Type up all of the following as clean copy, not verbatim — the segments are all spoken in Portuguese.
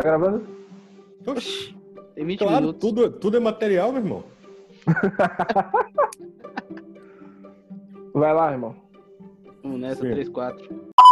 Tá gravando? Oxi, tem 20 Claro, minutos. tudo é material, meu irmão. Vai lá, irmão. Vamos nessa, Sim. 3-4.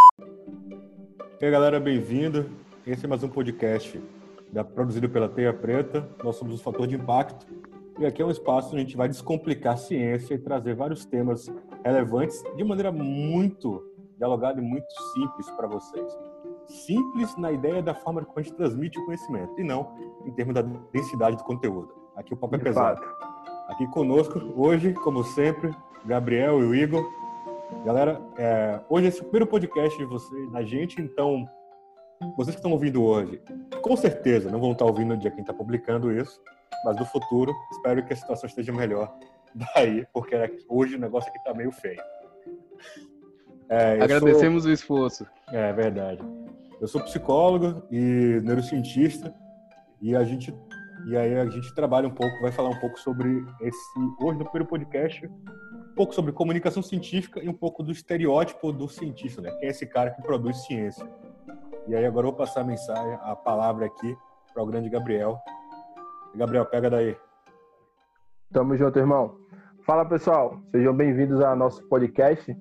E aí, galera, bem-vindo. Esse é mais um podcast produzido pela Teia Preta. Nós somos o Fator de Impacto. E aqui é um espaço onde a gente vai descomplicar a ciência e trazer vários temas relevantes de maneira muito dialogada e muito simples para vocês. Simples na ideia da forma como a gente transmite o conhecimento e não em termos da densidade do conteúdo. Aqui o papo é De pesado. fato. Aqui conosco, hoje, como sempre, Gabriel e o Igor. Galera, hoje esse é o primeiro podcast de vocês, da gente, então, vocês que estão ouvindo hoje, com certeza não vão estar ouvindo no dia que a gente está publicando isso, mas no futuro, espero que a situação esteja melhor daí, porque hoje o negócio aqui está meio feio. Agradecemos o esforço. É verdade. Eu sou psicólogo e neurocientista, e aí a gente trabalha um pouco, vai falar um pouco sobre hoje no primeiro podcast, um pouco sobre comunicação científica e um pouco do estereótipo do cientista, né? Quem é esse cara que produz ciência? E aí agora eu vou passar a palavra aqui para o grande Gabriel. Gabriel, pega daí. Tamo junto, irmão. Fala, pessoal. Sejam bem-vindos ao nosso podcast.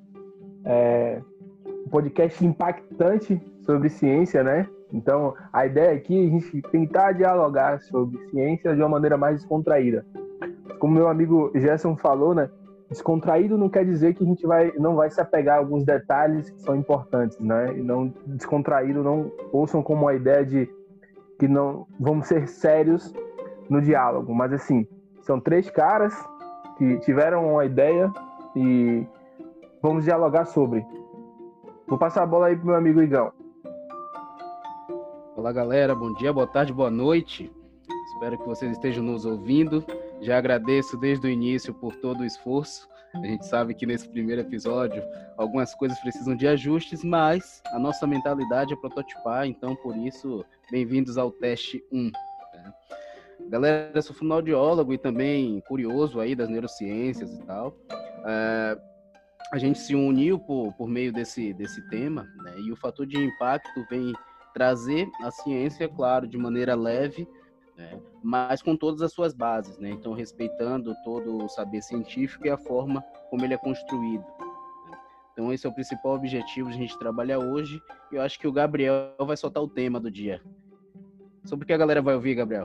Um podcast impactante sobre ciência, né? Então, a ideia aqui é a gente tentar dialogar sobre ciência de uma maneira mais descontraída. Como meu amigo Gerson falou, né? Descontraído não quer dizer que a gente não vai se apegar a alguns detalhes que são importantes, né? E não descontraído, não ouçam como uma ideia de que não vamos ser sérios no diálogo. Mas, assim, são três caras que tiveram uma ideia e vamos dialogar sobre. Vou passar a bola aí pro meu amigo Igão. Olá, galera. Bom dia, boa tarde, boa noite. Espero que vocês estejam nos ouvindo. Já agradeço desde o início por todo o esforço. A gente sabe que nesse primeiro episódio algumas coisas precisam de ajustes, mas a nossa mentalidade é prototipar, então por isso, bem-vindos ao teste 1. Tá? Galera, eu sou fonoaudiólogo e também curioso aí das neurociências e tal. A gente se uniu por meio desse tema, né? E o fator de impacto vem trazer a ciência, claro, de maneira leve, né? Mas com todas as suas bases, né? Então, respeitando todo o saber científico e a forma como ele é construído. Né? Então, esse é o principal objetivo de a gente trabalhar hoje. E eu acho que o Gabriel vai soltar o tema do dia. Sobre o que a galera vai ouvir, Gabriel?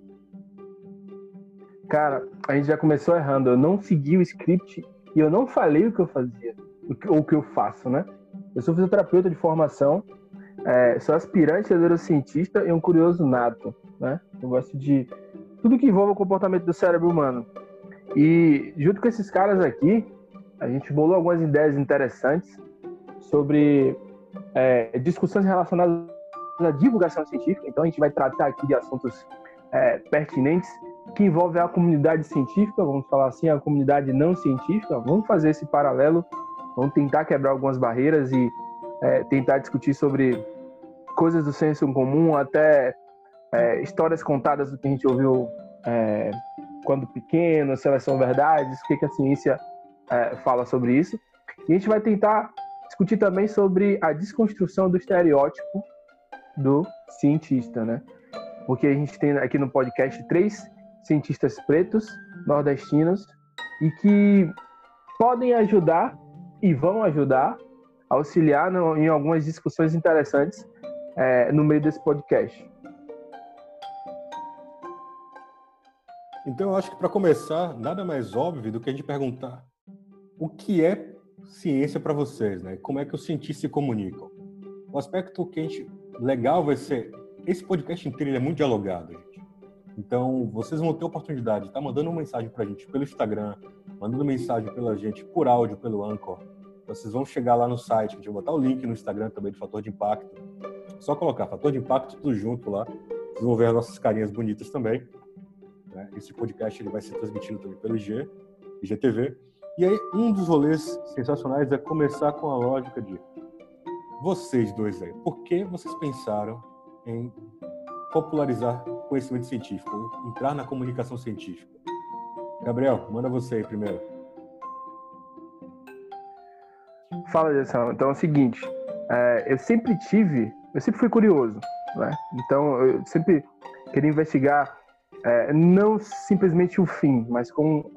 Cara, a gente já começou errando. Eu não segui o script e eu não falei o que eu fazia, ou o que eu faço, né? Eu sou fisioterapeuta de formação, sou aspirante a neurocientista e um curioso nato, né? Eu gosto de tudo que envolve o comportamento do cérebro humano. E junto com esses caras aqui, a gente bolou algumas ideias interessantes sobre discussões relacionadas à divulgação científica. Então a gente vai tratar aqui de assuntos pertinentes que envolvem a comunidade científica, vamos falar assim, a comunidade não científica. Vamos fazer esse paralelo, vamos tentar quebrar algumas barreiras e tentar discutir sobre coisas do senso comum, até histórias contadas do que a gente ouviu quando pequeno, se elas são verdades, o que a ciência fala sobre isso. E a gente vai tentar discutir também sobre a desconstrução do estereótipo do cientista, né? Porque a gente tem aqui no podcast 3 cientistas pretos, nordestinos, e que podem ajudar e vão ajudar a auxiliar em algumas discussões interessantes no meio desse podcast. Então, eu acho que para começar, nada mais óbvio do que a gente perguntar o que é ciência para vocês, né? Como é que os cientistas se comunicam? O aspecto que legal vai ser, esse podcast inteiro é muito dialogado, gente. Então, vocês vão ter a oportunidade de estar mandando uma mensagem para a gente pelo Instagram, mandando mensagem pela gente por áudio, pelo Anchor. Vocês vão chegar lá no site, a gente vai botar o link no Instagram também do Fator de Impacto. É só colocar Fator de Impacto tudo junto lá. Vocês vão ver as nossas carinhas bonitas também. Né? Esse podcast ele vai ser transmitido também pelo IGTV. E aí, um dos rolês sensacionais é começar com a lógica de vocês dois aí. Por que vocês pensaram em popularizar conhecimento científico, ou entrar na comunicação científica? Gabriel, manda você aí primeiro. Fala, Gerson. Então é o seguinte, eu sempre tive eu sempre fui curioso, né? Então, eu sempre queria investigar não simplesmente o fim, mas como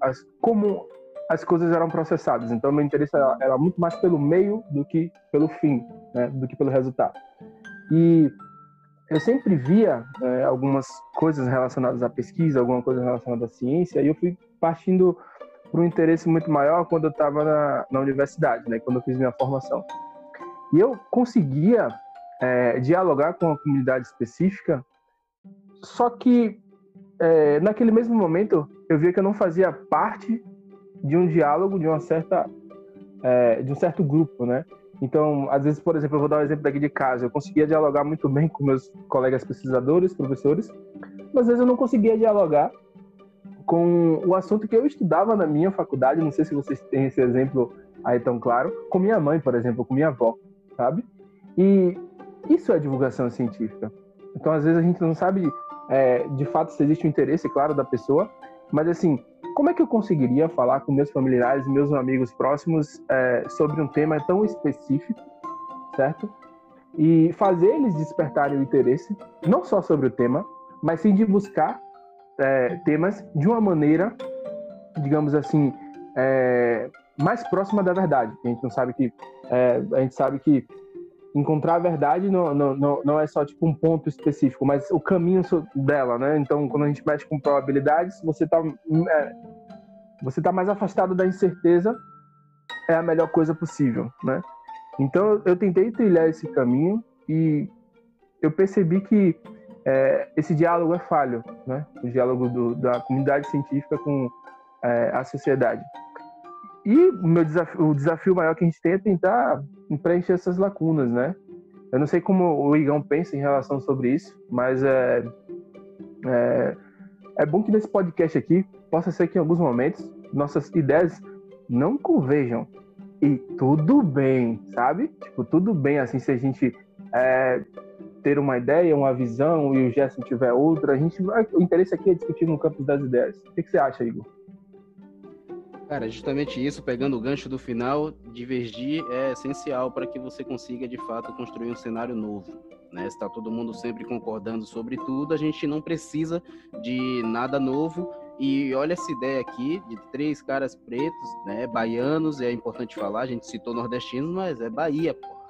as coisas eram processadas. Então, meu interesse era muito mais pelo meio do que pelo fim, né? Do que pelo resultado. E eu sempre via algumas coisas relacionadas à pesquisa, alguma coisa relacionada à ciência, e eu fui partindo para um interesse muito maior quando eu estava na universidade, né? Quando eu fiz minha formação. E eu conseguia dialogar com a comunidade específica, só que naquele mesmo momento eu via que eu não fazia parte de um diálogo de um certo grupo, né? Então, às vezes, por exemplo, eu vou dar um exemplo daqui de casa, eu conseguia dialogar muito bem com meus colegas pesquisadores, professores, mas às vezes eu não conseguia dialogar com o assunto que eu estudava na minha faculdade, não sei se vocês têm esse exemplo aí tão claro, com minha mãe, por exemplo, com minha avó, sabe? E isso é divulgação científica. Então, às vezes, a gente não sabe de fato se existe um interesse, claro, da pessoa, mas assim, como é que eu conseguiria falar com meus familiares, meus amigos próximos sobre um tema tão específico, certo? E fazer eles despertarem o interesse, não só sobre o tema, mas sim de buscar temas de uma maneira, digamos assim, mais próxima da verdade. A gente sabe que encontrar a verdade não é só tipo um ponto específico, mas o caminho dela, né? Então, quando a gente mexe com probabilidades, você tá mais afastado da incerteza, é a melhor coisa possível, né? Então, eu tentei trilhar esse caminho e eu percebi que esse diálogo é falho, né? O diálogo da comunidade científica com a sociedade. E o desafio maior que a gente tem é tentar preencher essas lacunas, né? Eu não sei como o Igão pensa em relação sobre isso, mas é bom que nesse podcast aqui possa ser que em alguns momentos nossas ideias não converjam. E tudo bem, sabe? Tipo, tudo bem, assim, se a gente ter uma ideia, uma visão e o Gerson tiver outra, o interesse aqui é discutir no campo das ideias. O que você acha, Igor? Cara, justamente isso, pegando o gancho do final, divergir é essencial para que você consiga, de fato, construir um cenário novo, né? Se está todo mundo sempre concordando sobre tudo, a gente não precisa de nada novo. E olha essa ideia aqui de 3 caras pretos, né, baianos, é importante falar, a gente citou nordestinos, mas é Bahia, porra.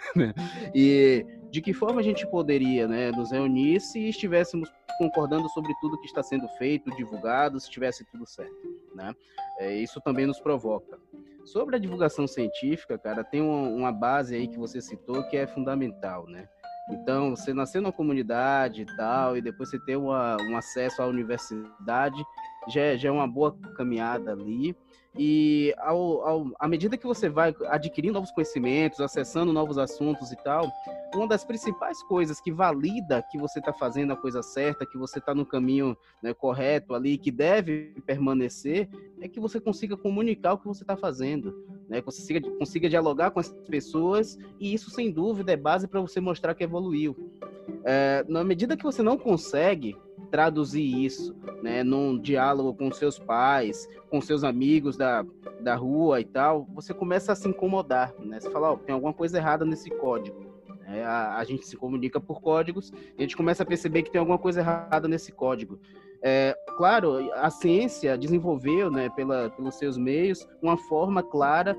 E de que forma a gente poderia, né, nos reunir se estivéssemos concordando sobre tudo que está sendo feito, divulgado, se tivesse tudo certo, né? Isso também nos provoca. Sobre a divulgação científica, cara, tem uma base aí que você citou que é fundamental, né? Então, você nascer numa comunidade e tal, e depois você ter um acesso à universidade, já é uma boa caminhada ali. E à medida que você vai adquirindo novos conhecimentos, acessando novos assuntos e tal, uma das principais coisas que valida que você está fazendo a coisa certa, que você está no caminho, né, correto ali, que deve permanecer, é que você consiga comunicar o que você está fazendo, né? Consiga dialogar com as pessoas, e isso, sem dúvida, é base para você mostrar que evoluiu. Na medida que você não consegue traduzir isso, né, num diálogo com seus pais, com seus amigos da rua e tal, você começa a se incomodar, né? Você fala, tem alguma coisa errada nesse código. A gente se comunica por códigos e a gente começa a perceber que tem alguma coisa errada nesse código. Claro, a ciência desenvolveu, né, pelos seus meios, uma forma clara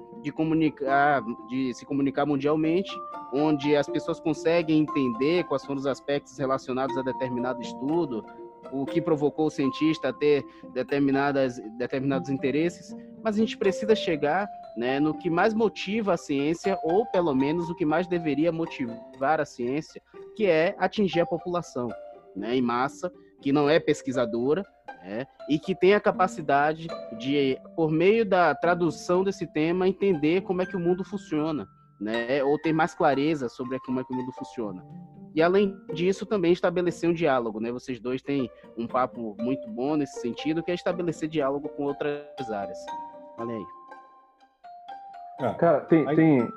de se comunicar mundialmente, onde as pessoas conseguem entender quais foram os aspectos relacionados a determinado estudo, o que provocou o cientista a ter determinados interesses, mas a gente precisa chegar, né, no que mais motiva a ciência, ou pelo menos o que mais deveria motivar a ciência, que é atingir a população, né, em massa, que não é pesquisadora, né, e que tem a capacidade de, por meio da tradução desse tema, entender como é que o mundo funciona, né, ou ter mais clareza sobre como é que o mundo funciona. E, além disso, também estabelecer um diálogo, né? Vocês dois têm um papo muito bom nesse sentido, que é estabelecer diálogo com outras áreas. Olha aí. Cara, tem...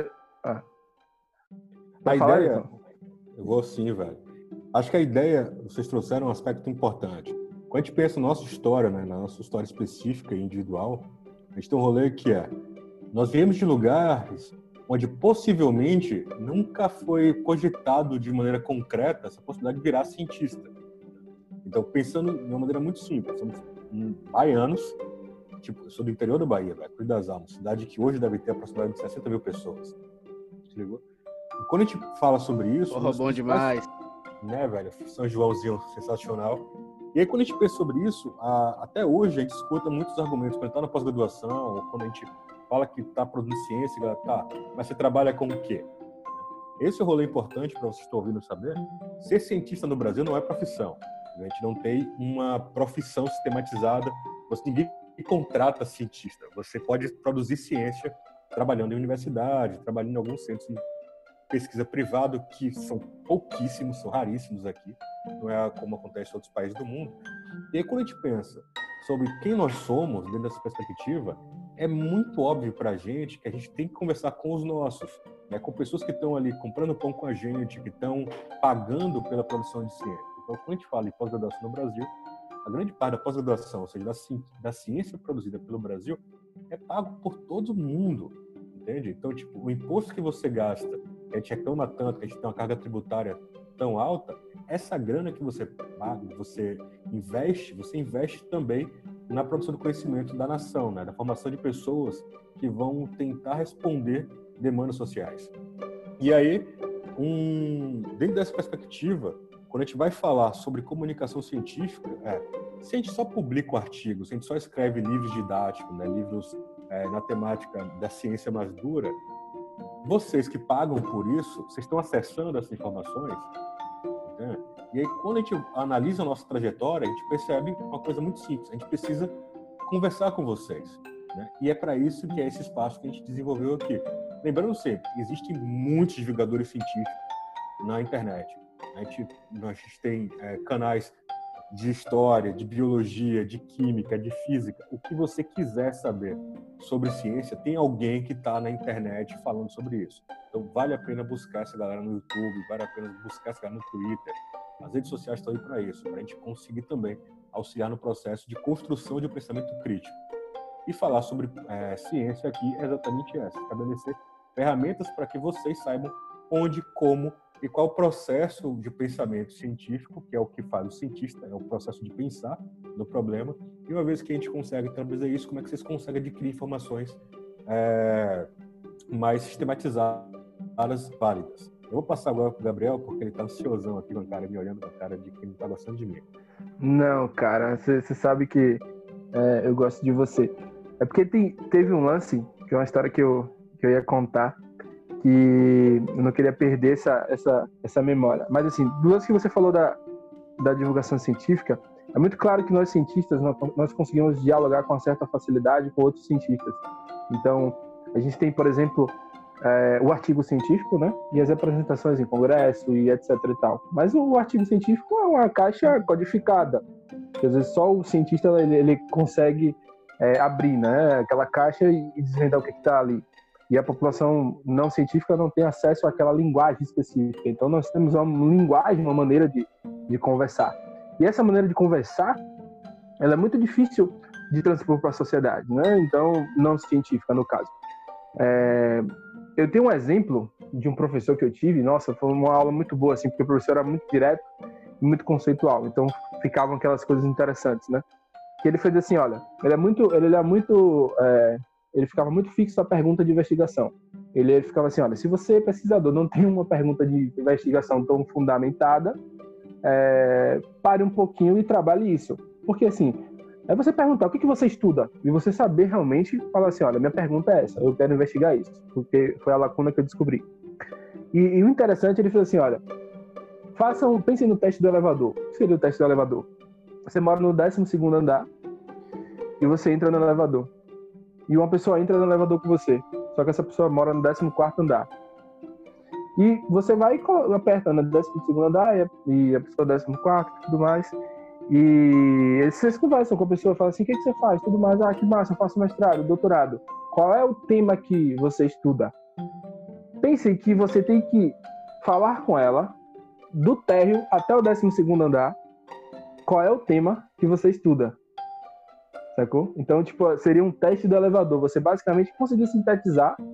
A ideia... Eu vou sim, velho. Acho que a ideia, vocês trouxeram um aspecto importante. Quando a gente pensa na nossa história, né, na nossa história específica e individual, a gente tem um rolê que nós viemos de lugares onde possivelmente nunca foi cogitado de maneira concreta essa possibilidade de virar cientista. Então, pensando de uma maneira muito simples, somos baianos, tipo, eu sou do interior da Bahia, Cruz das Almas, cidade que hoje deve ter aproximadamente 60 mil pessoas. E quando a gente fala sobre isso... Bom demais. Né, velho? São Joãozinho, sensacional. E aí, quando a gente pensa sobre isso, até hoje a gente escuta muitos argumentos, quando a gente está na pós-graduação, ou quando a gente fala que está produzindo ciência, galera, tá, mas você trabalha com o quê? Esse é o rolê importante para vocês que estão ouvindo saber. Ser cientista no Brasil não é profissão. A gente não tem uma profissão sistematizada. Ninguém contrata cientista. Você pode produzir ciência trabalhando em universidade, trabalhando em alguns centros de pesquisa privado, que são pouquíssimos, são raríssimos aqui. Não é como acontece em outros países do mundo. E aí, quando a gente pensa sobre quem nós somos dentro dessa perspectiva, é muito óbvio para a gente que a gente tem que conversar com os nossos, né, com pessoas que estão ali comprando pão com a gente, que estão pagando pela produção de ciência. Então, quando a gente fala em pós-graduação no Brasil, a grande parte da pós-graduação, ou seja, da ciência produzida pelo Brasil, é pago por todo mundo, entende? Então, tipo, o imposto que você gasta, que a gente reclama tanto, que a gente tem uma carga tributária tão alta, essa grana que você paga, você investe também na produção do conhecimento da nação, né? Da formação de pessoas que vão tentar responder demandas sociais. E aí, dentro dessa perspectiva, quando a gente vai falar sobre comunicação científica, se a gente só publica artigos, se a gente só escreve livros didáticos, né? Livros na temática da ciência mais dura, vocês que pagam por isso, vocês estão acessando essas informações, né? E aí, quando a gente analisa a nossa trajetória, a gente percebe uma coisa muito simples. A gente precisa conversar com vocês, né? E é para isso que é esse espaço que a gente desenvolveu aqui. Lembrando sempre, existem muitos divulgadores científicos na internet. A gente tem canais de história, de biologia, de química, de física. O que você quiser saber sobre ciência, tem alguém que está na internet falando sobre isso. Então, vale a pena buscar essa galera no YouTube, vale a pena buscar essa galera no Twitter. As redes sociais estão aí para isso, para a gente conseguir também auxiliar no processo de construção de um pensamento crítico. E falar sobre ciência aqui é exatamente essa, estabelecer ferramentas para que vocês saibam onde, como e qual o processo de pensamento científico, que é o que faz o cientista, é o processo de pensar no problema. E uma vez que a gente consegue trazer isso, como é que vocês conseguem adquirir informações mais sistematizadas, válidas. Eu vou passar agora para o Gabriel, porque ele está ansiosão aqui com a cara me olhando com a cara de quem não está gostando de mim. Não, cara, você sabe que eu gosto de você. É porque teve um lance, que é uma história que eu ia contar, que eu não queria perder essa memória. Mas, assim, do lance que você falou da divulgação científica, é muito claro que nós cientistas, nós conseguimos dialogar com uma certa facilidade com outros cientistas. Então, a gente tem, por exemplo, o artigo científico, né? E as apresentações em congresso e etc e tal. Mas o artigo científico é uma caixa codificada. Às vezes só o cientista ele consegue abrir, né? Aquela caixa e desvendar o que está ali. E a população não científica não tem acesso àquela linguagem específica. Então, nós temos uma linguagem, uma maneira de conversar. E essa maneira de conversar, ela é muito difícil de transpor para a sociedade, né? Então, não científica, no caso. Eu tenho um exemplo de um professor que eu tive. Nossa, foi uma aula muito boa, assim, porque o professor era muito direto e muito conceitual. Então, ficavam aquelas coisas interessantes, né? Que ele fez assim, olha, ele ficava muito fixo na pergunta de investigação. Ele ficava assim, olha, se você, pesquisador, não tem uma pergunta de investigação tão fundamentada, pare um pouquinho e trabalhe isso. Porque, assim, é você perguntar o que você estuda e você saber realmente falar assim, olha, minha pergunta é essa, eu quero investigar isso, porque foi a lacuna que eu descobri. E o interessante, ele fez assim, olha, pensem no teste do elevador. O que seria o teste do elevador? Você mora no 12º andar e você entra no elevador. E uma pessoa entra no elevador com você. Só que essa pessoa mora no 14º andar. E você vai apertando no 12º andar e a pessoa no 14º e tudo mais. E vocês conversam com a pessoa, falam assim, o que você faz? Tudo mais, que massa, eu faço mestrado, doutorado. Qual é o tema que você estuda? Pense que você tem que falar com ela do térreo até o 12º andar. Qual é o tema que você estuda? Sacou? Então, tipo, seria um teste do elevador. Você basicamente conseguir sintetizar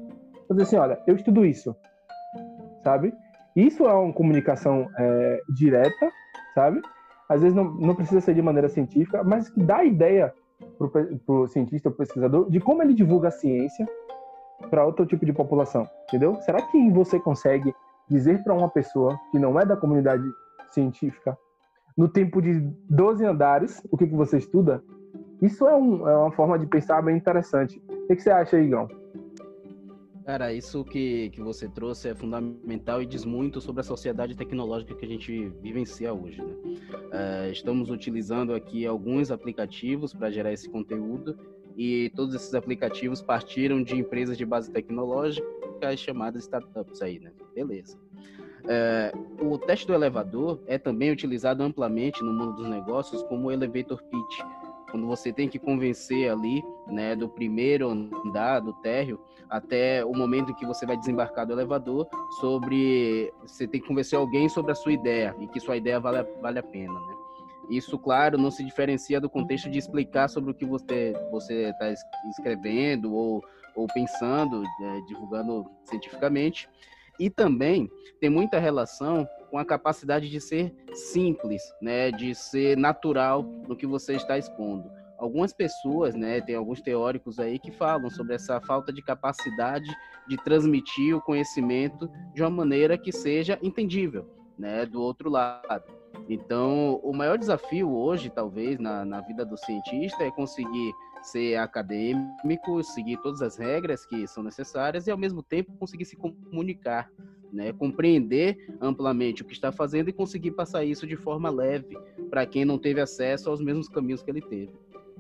Fazer assim, olha, eu estudo isso, sabe? Isso é uma comunicação direta, sabe? Às vezes não precisa ser de maneira científica, mas que dá ideia pro cientista, pro pesquisador, de como ele divulga a ciência para outro tipo de população, entendeu? Será que você consegue dizer para uma pessoa que não é da comunidade científica, no tempo de 12 andares, o que você estuda? Isso é uma forma de pensar bem interessante. O que você acha, Igão? Cara, isso que você trouxe é fundamental e diz muito sobre a sociedade tecnológica que a gente vivencia hoje, né? Estamos utilizando aqui alguns aplicativos para gerar esse conteúdo e todos esses aplicativos partiram de empresas de base tecnológica chamadas startups aí, né? Beleza. O teste do elevador é também utilizado amplamente no mundo dos negócios como o elevator pitch, quando você tem que convencer ali, né, do primeiro andar, do térreo, até o momento em que você vai desembarcar do elevador, você tem que convencer alguém sobre a sua ideia e que sua ideia vale a pena, né? Isso, claro, não se diferencia do contexto de explicar sobre o que você está escrevendo ou pensando, divulgando cientificamente. E também tem muita relação com a capacidade de ser simples, né, de ser natural no que você está expondo. Algumas pessoas, né, tem alguns teóricos aí que falam sobre essa falta de capacidade de transmitir o conhecimento de uma maneira que seja entendível, né, do outro lado. Então, o maior desafio hoje, talvez, na vida do cientista é conseguir ser acadêmico, seguir todas as regras que são necessárias e, ao mesmo tempo, conseguir se comunicar, né? Compreender amplamente o que está fazendo e conseguir passar isso de forma leve para quem não teve acesso aos mesmos caminhos que ele teve.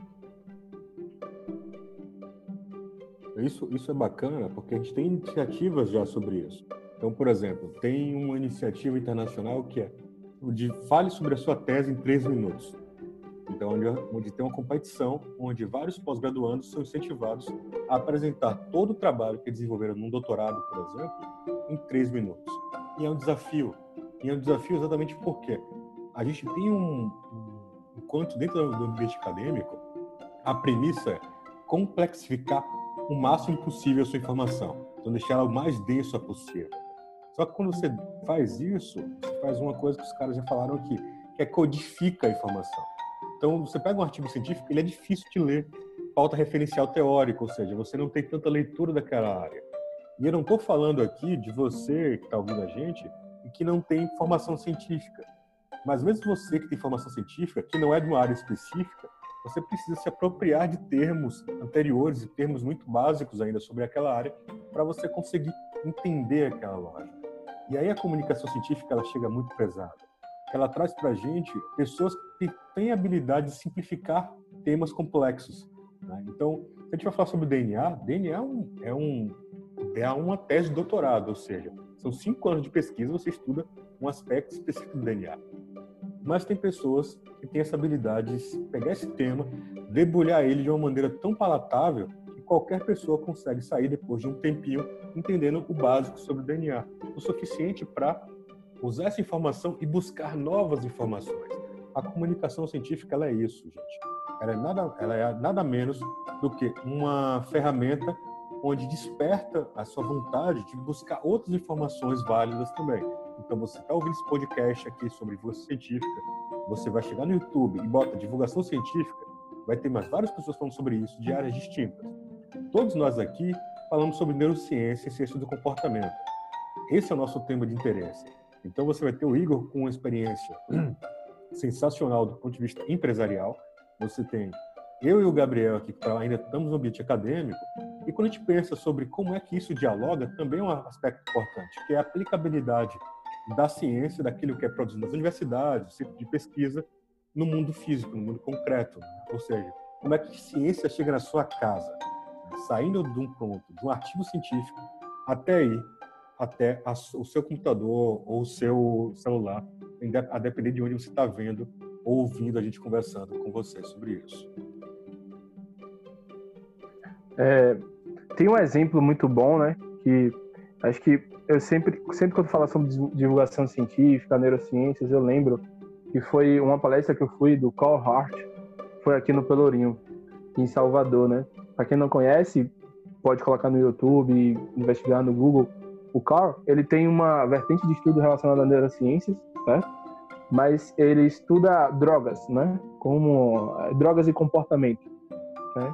Isso é bacana, porque a gente tem iniciativas já sobre isso. Então, por exemplo, tem uma iniciativa internacional que é de fale sobre a sua tese em 3 minutos. Então, onde tem uma competição, onde vários pós-graduandos são incentivados a apresentar todo o trabalho que desenvolveram num doutorado, por exemplo, em 3 minutos. E é um desafio. E é um desafio exatamente porque a gente tem enquanto dentro do ambiente acadêmico, a premissa é complexificar o máximo possível a sua informação. Então, deixar ela o mais densa possível. Só que quando você faz isso, você faz uma coisa que os caras já falaram aqui, que é codifica a informação. Então, você pega um artigo científico, ele é difícil de ler, falta referencial teórico, ou seja, você não tem tanta leitura daquela área. E eu não estou falando aqui de você que está ouvindo a gente e que não tem formação científica. Mas mesmo você que tem formação científica, que não é de uma área específica, você precisa se apropriar de termos anteriores e termos muito básicos ainda sobre aquela área para você conseguir entender aquela lógica. E aí a comunicação científica ela chega muito pesada. Ela traz para a gente pessoas que têm a habilidade de simplificar temas complexos, né? Então, se a gente vai falar sobre DNA é uma tese de doutorado, ou seja, são 5 anos de pesquisa, você estuda um aspecto específico do DNA. Mas tem pessoas que têm essa habilidade de pegar esse tema, debulhar ele de uma maneira tão palatável que qualquer pessoa consegue sair depois de um tempinho entendendo o básico sobre o DNA, o suficiente para usar essa informação e buscar novas informações. A comunicação científica ela é isso, gente. Ela é nada menos do que uma ferramenta onde desperta a sua vontade de buscar outras informações válidas também. Então, você está ouvindo esse podcast aqui sobre divulgação científica, você vai chegar no YouTube e bota divulgação científica, vai ter mais várias pessoas falando sobre isso de áreas distintas. Todos nós aqui falamos sobre neurociência e ciência do comportamento. Esse é o nosso tema de interesse. Então, você vai ter o Igor com uma experiência sensacional do ponto de vista empresarial. Você tem eu e o Gabriel aqui, que ainda estamos no ambiente acadêmico. E quando a gente pensa sobre como é que isso dialoga, também é um aspecto importante, que é a aplicabilidade da ciência, daquilo que é produzido nas universidades, no centro de pesquisa, no mundo físico, no mundo concreto. Ou seja, como é que a ciência chega na sua casa, saindo de um ponto, de um artigo científico, até aí, até o seu computador ou o seu celular, a depender de onde você está vendo ou ouvindo a gente conversando com você sobre isso. Tem um exemplo muito bom, né? Que acho que eu sempre quando eu falo sobre divulgação científica, neurociências, eu lembro que foi uma palestra que eu fui do Carl Hart, foi aqui no Pelourinho, em Salvador, né? Para quem não conhece, pode colocar no YouTube e investigar no Google. O Carl, ele tem uma vertente de estudo relacionada a neurociências, né? Mas ele estuda drogas, né? Como drogas e comportamento, né?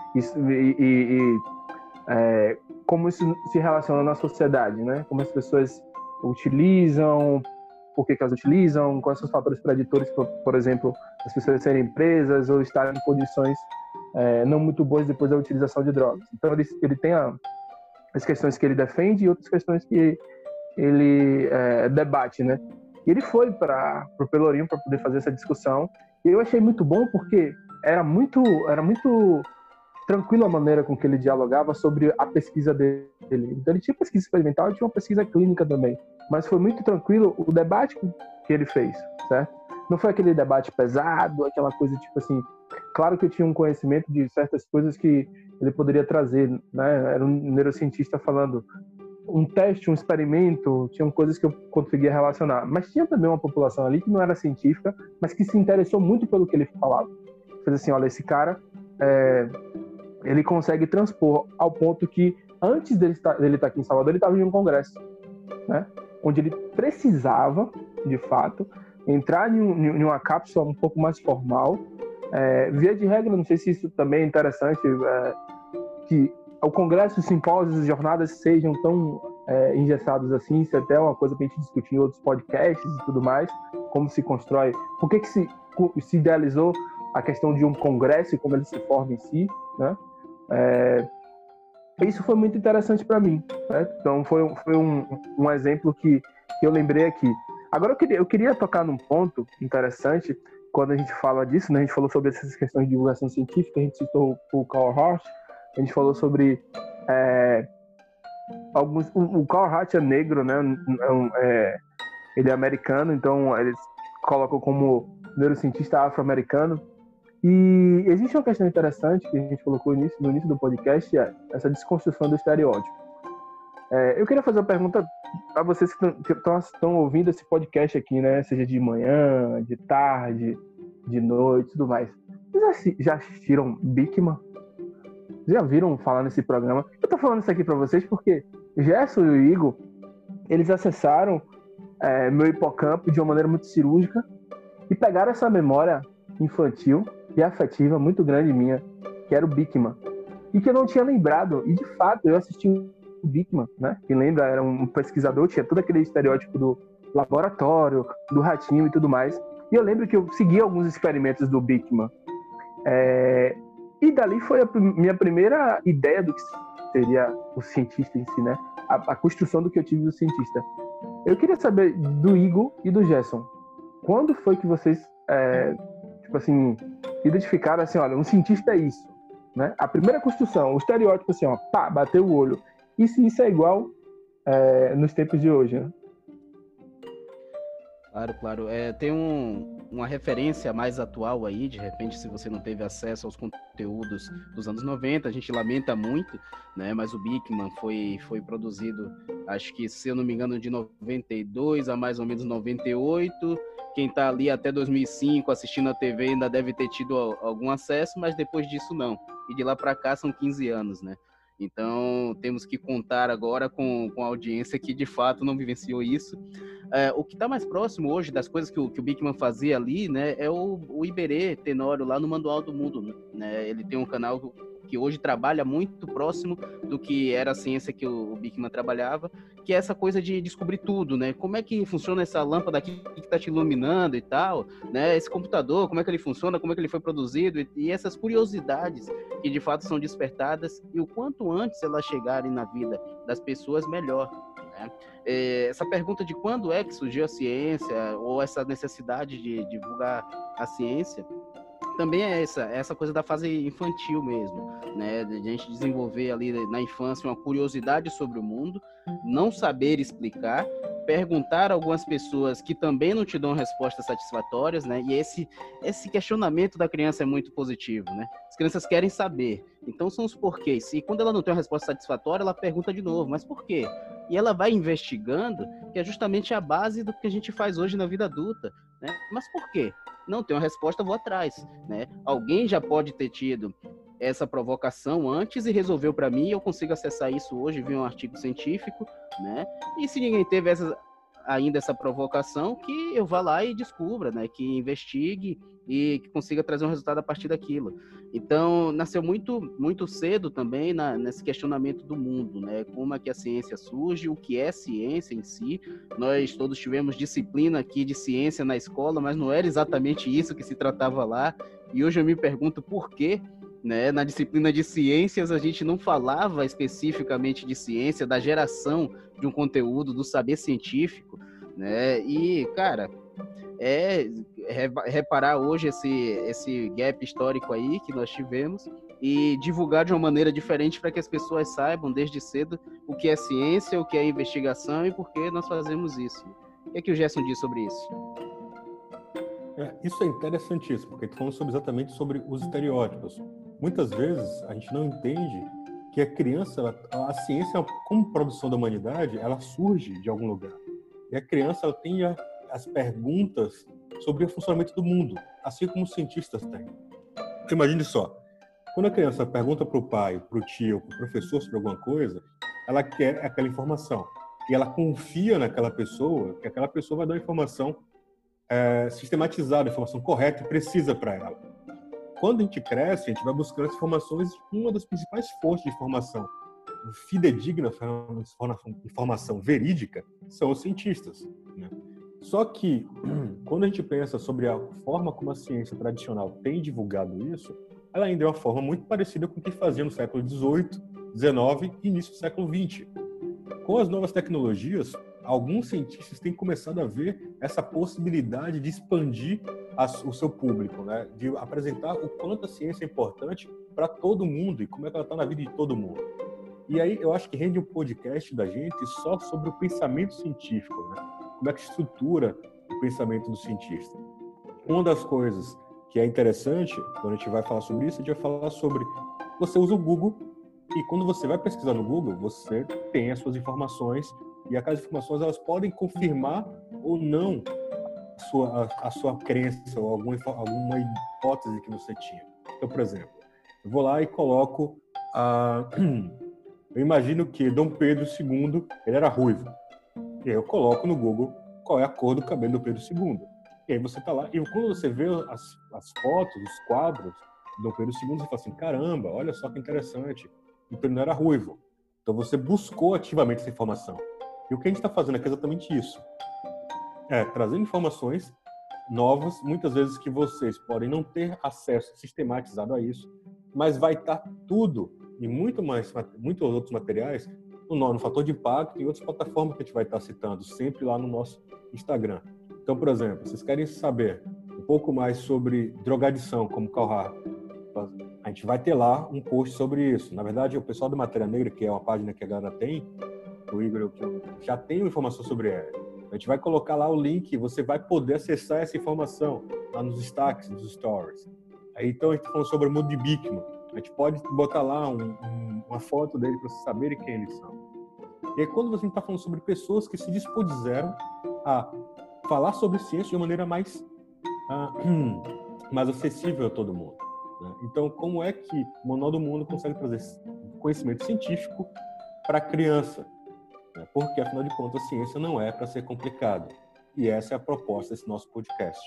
Como isso se relaciona na sociedade, né? Como as pessoas utilizam, por que elas utilizam, quais são os fatores preditores, por exemplo, as pessoas serem presas ou estarem em condições não muito boas depois da utilização de drogas. Então, ele tem as questões que ele defende e outras questões que ele debate, né? E ele foi para o Pelourinho para poder fazer essa discussão. E eu achei muito bom porque era muito tranquilo a maneira com que ele dialogava sobre a pesquisa dele. Então, ele tinha pesquisa experimental e tinha uma pesquisa clínica também. Mas foi muito tranquilo o debate que ele fez, certo? Não foi aquele debate pesado, aquela coisa tipo assim... Claro que eu tinha um conhecimento de certas coisas que ele poderia trazer, né? Era um neurocientista falando um teste, um experimento, tinham coisas que eu conseguia relacionar. Mas tinha também uma população ali que não era científica, mas que se interessou muito pelo que ele falava. Fez assim, olha, esse cara, ele consegue transpor ao ponto que, antes dele estar aqui em Salvador, ele estava em um congresso, né? Onde ele precisava, de fato, entrar em uma cápsula um pouco mais formal. Via de regra, não sei se isso também é interessante, que o congresso, os simpósios, as jornadas sejam tão engessados assim. Isso é até uma coisa que a gente discutiu em outros podcasts e tudo mais, como se constrói, por que se idealizou a questão de um congresso e como ele se forma em si, né? Isso foi muito interessante para mim, né? Então foi um exemplo que eu lembrei aqui. Agora eu queria tocar num ponto interessante quando a gente fala disso, né? A gente falou sobre essas questões de divulgação científica, a gente citou o Carl Hart, a gente falou sobre o Carl Hart é negro, né? Ele é americano, então eles colocam como neurocientista afro-americano. E existe uma questão interessante que a gente colocou no início do podcast, essa desconstrução do estereótipo. Eu queria fazer uma pergunta a vocês que estão ouvindo esse podcast aqui, né? Seja de manhã, de tarde, de noite, tudo mais. Vocês já assistiram Bikman? Já viram falar nesse programa? Eu tô falando isso aqui para vocês porque Gerson e o Igor, eles acessaram meu hipocampo de uma maneira muito cirúrgica e pegaram essa memória infantil e afetiva muito grande minha, que era o Bikman, e que eu não tinha lembrado. E de fato eu assisti o Bikman, né? Quem lembra, era um pesquisador, tinha todo aquele estereótipo do laboratório, do ratinho e tudo mais. E eu lembro que eu segui alguns experimentos do Bikman. E dali foi a minha primeira ideia do que seria o cientista em si, né? A construção do que eu tive do cientista. Eu queria saber do Igor e do Gerson, quando foi que vocês tipo assim, identificaram assim, olha, um cientista é isso, né? A primeira construção, o estereótipo assim, ó, pá, bateu o olho. E se isso é igual nos tempos de hoje, né? Claro. Tem uma referência mais atual aí, de repente, se você não teve acesso aos conteúdos dos anos 90, a gente lamenta muito, né? Mas o Bikman foi produzido, acho que, se eu não me engano, de 92 a mais ou menos 98. Quem está ali até 2005 assistindo a TV ainda deve ter tido algum acesso, mas depois disso não. E de lá para cá são 15 anos, né? Então, temos que contar agora com a audiência que, de fato, não vivenciou isso. O que está mais próximo hoje das coisas que o Bikman fazia ali, né, é o Iberê Tenório, lá no Manual do Mundo, né? Ele tem um canal que hoje trabalha muito próximo do que era a ciência que o Bikman trabalhava, que é essa coisa de descobrir tudo, né? Como é que funciona essa lâmpada aqui que está te iluminando e tal, né? Esse computador, como é que ele funciona, como é que ele foi produzido, e essas curiosidades que de fato são despertadas, e o quanto antes elas chegarem na vida das pessoas, melhor, né? Essa pergunta de quando é que surgiu a ciência, ou essa necessidade de divulgar a ciência, também é essa coisa da fase infantil mesmo, né? De a gente desenvolver ali na infância uma curiosidade sobre o mundo, não saber explicar, perguntar a algumas pessoas que também não te dão respostas satisfatórias, né? E esse questionamento da criança é muito positivo, né? As crianças querem saber, então são os porquês. E quando ela não tem uma resposta satisfatória, ela pergunta de novo, mas por quê? E ela vai investigando, que é justamente a base do que a gente faz hoje na vida adulta, né? Mas por quê? Não tem uma resposta, vou atrás, né? Alguém já pode ter tido essa provocação antes e resolveu para mim, eu consigo acessar isso hoje, vi um artigo científico, né? E se ninguém teve ainda essa provocação, que eu vá lá e descubra, né? Que investigue e que consiga trazer um resultado a partir daquilo. Então, nasceu muito cedo também nesse questionamento do mundo, né? Como é que a ciência surge, o que é ciência em si. Nós todos tivemos disciplina aqui de ciência na escola, mas não era exatamente isso que se tratava lá. E hoje eu me pergunto por quê, né? Na disciplina de ciências, a gente não falava especificamente de ciência, da geração de um conteúdo, do saber científico, né? E, cara, reparar hoje esse gap histórico aí que nós tivemos e divulgar de uma maneira diferente para que as pessoas saibam desde cedo o que é ciência, o que é investigação e por que nós fazemos isso. O que é que o Gerson diz sobre isso? Isso é interessantíssimo, porque tu falou exatamente sobre os estereótipos. Muitas vezes a gente não entende que a criança, a ciência como produção da humanidade, ela surge de algum lugar. E a criança ela tem as perguntas sobre o funcionamento do mundo, assim como os cientistas têm. Imagine só, quando a criança pergunta para o pai, para o tio, para o professor sobre alguma coisa, ela quer aquela informação. E ela confia naquela pessoa, que aquela pessoa vai dar a informação sistematizada, a informação correta e precisa para ela. Quando a gente cresce, a gente vai buscando as informações, uma das principais fontes de informação fidedigna, informação verídica, são os cientistas, né? Só que, quando a gente pensa sobre a forma como a ciência tradicional tem divulgado isso, ela ainda é uma forma muito parecida com o que fazia no século XVIII, XIX e início do século XX. Com as novas tecnologias, alguns cientistas têm começado a ver essa possibilidade de expandir o seu público, né? De apresentar o quanto a ciência é importante para todo mundo e como é que ela está na vida de todo mundo. E aí eu acho que rende um podcast da gente só sobre o pensamento científico, né? Como é que estrutura o pensamento do cientista. Uma das coisas que é interessante, quando a gente vai falar sobre isso, a gente vai falar sobre... Você usa o Google e quando você vai pesquisar no Google, você tem as suas informações e aquelas informações elas podem confirmar ou não a sua crença ou alguma hipótese que você tinha. Então, por exemplo, eu vou lá e coloco... Eu imagino que Dom Pedro II ele era ruivo. E aí eu coloco no Google qual é a cor do cabelo do Pedro II. E aí você está lá, e quando você vê as fotos, os quadros de Dom Pedro II, você fala assim, caramba, olha só que interessante. Então ele não era ruivo. Então você buscou ativamente essa informação. E o que a gente está fazendo aqui é exatamente isso. Trazendo informações novas, muitas vezes que vocês podem não ter acesso sistematizado a isso, mas vai estar tudo e muitos outros materiais no Fator de Impacto e outras plataformas que a gente vai estar citando, sempre lá no nosso Instagram. Então, por exemplo, vocês querem saber um pouco mais sobre drogadição, como Carl, a gente vai ter lá um post sobre isso. Na verdade, o pessoal do Matéria Negra, que é uma página que a galera tem, o Igor já tem informação sobre ela. A gente vai colocar lá o link, você vai poder acessar essa informação lá nos destaques, nos stories. Aí, então, a gente está falando sobre o mundo de Bickman. A gente pode botar lá uma foto dele para vocês saberem quem eles são. E aí, quando você está falando sobre pessoas que se dispuseram a falar sobre ciência de uma maneira mais acessível a todo mundo, né? Então, como é que o Manual do Mundo consegue trazer conhecimento científico para a criança? Né? Porque, afinal de contas, a ciência não é para ser complicada. E essa é a proposta desse nosso podcast.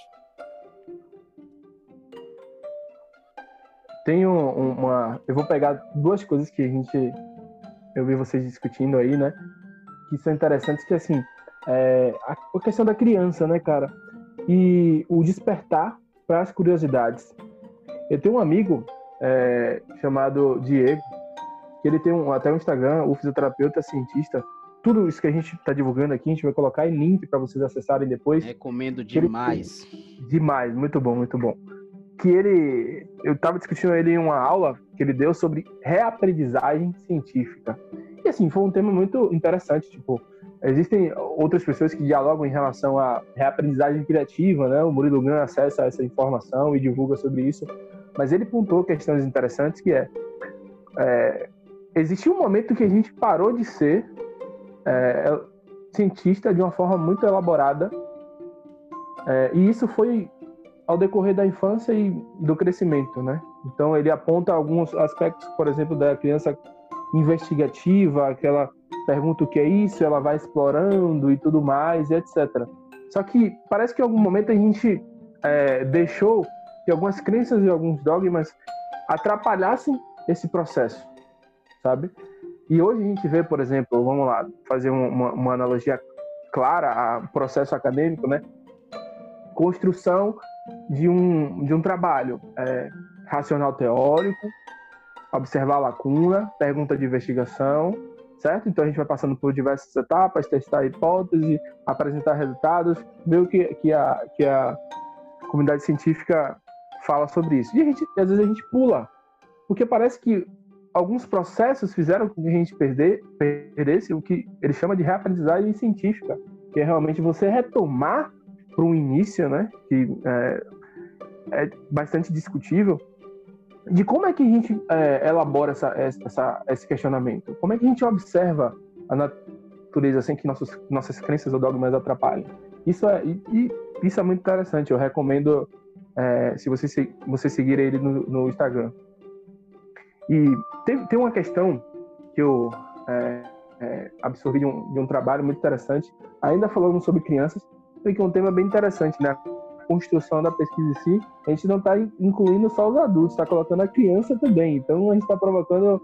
Tenho eu vou pegar duas coisas que eu vi vocês discutindo aí, né? Que são interessantes, que assim, a questão da criança, né, cara? E o despertar para as curiosidades. Eu tenho um amigo chamado Diego, que ele tem até um Instagram, o fisioterapeuta cientista. Tudo isso que a gente está divulgando aqui, a gente vai colocar em link para vocês acessarem depois. Recomendo demais. Demais, muito bom, muito bom. Eu estava discutindo ele em uma aula que ele deu sobre reaprendizagem científica. E assim, foi um tema muito interessante, tipo, existem outras pessoas que dialogam em relação à reaprendizagem criativa, né? O Murilo Gun acessa essa informação e divulga sobre isso, mas ele pontuou questões interessantes que existiu um momento que a gente parou de ser cientista de uma forma muito elaborada, e isso foi ao decorrer da infância e do crescimento, né? Então, ele aponta alguns aspectos, por exemplo, da criança investigativa, que ela pergunta o que é isso, ela vai explorando e tudo mais, e etc. Só que parece que em algum momento a gente deixou que algumas crenças e alguns dogmas atrapalhassem esse processo, sabe? E hoje a gente vê, por exemplo, vamos lá, fazer uma analogia clara ao processo acadêmico, né? Construção de um trabalho racional teórico, observar a lacuna, pergunta de investigação, certo? Então a gente vai passando por diversas etapas, testar a hipótese, apresentar resultados, ver o que a comunidade científica fala sobre isso. E às vezes a gente pula, porque parece que alguns processos fizeram com que a gente perdesse o que ele chama de reaprendizagem científica, que é realmente você retomar para um início, né, que é bastante discutível, de como é que a gente elabora esse questionamento. Como é que a gente observa a natureza sem que nossas crenças ou dogmas atrapalhem. Isso é muito interessante. Eu recomendo, se você seguir ele no Instagram. E tem uma questão que eu absorvi de um trabalho muito interessante, ainda falando sobre crianças, que é um tema bem interessante, né? A construção da pesquisa em si, a gente não está incluindo só os adultos, está colocando a criança também. Então, a gente está provocando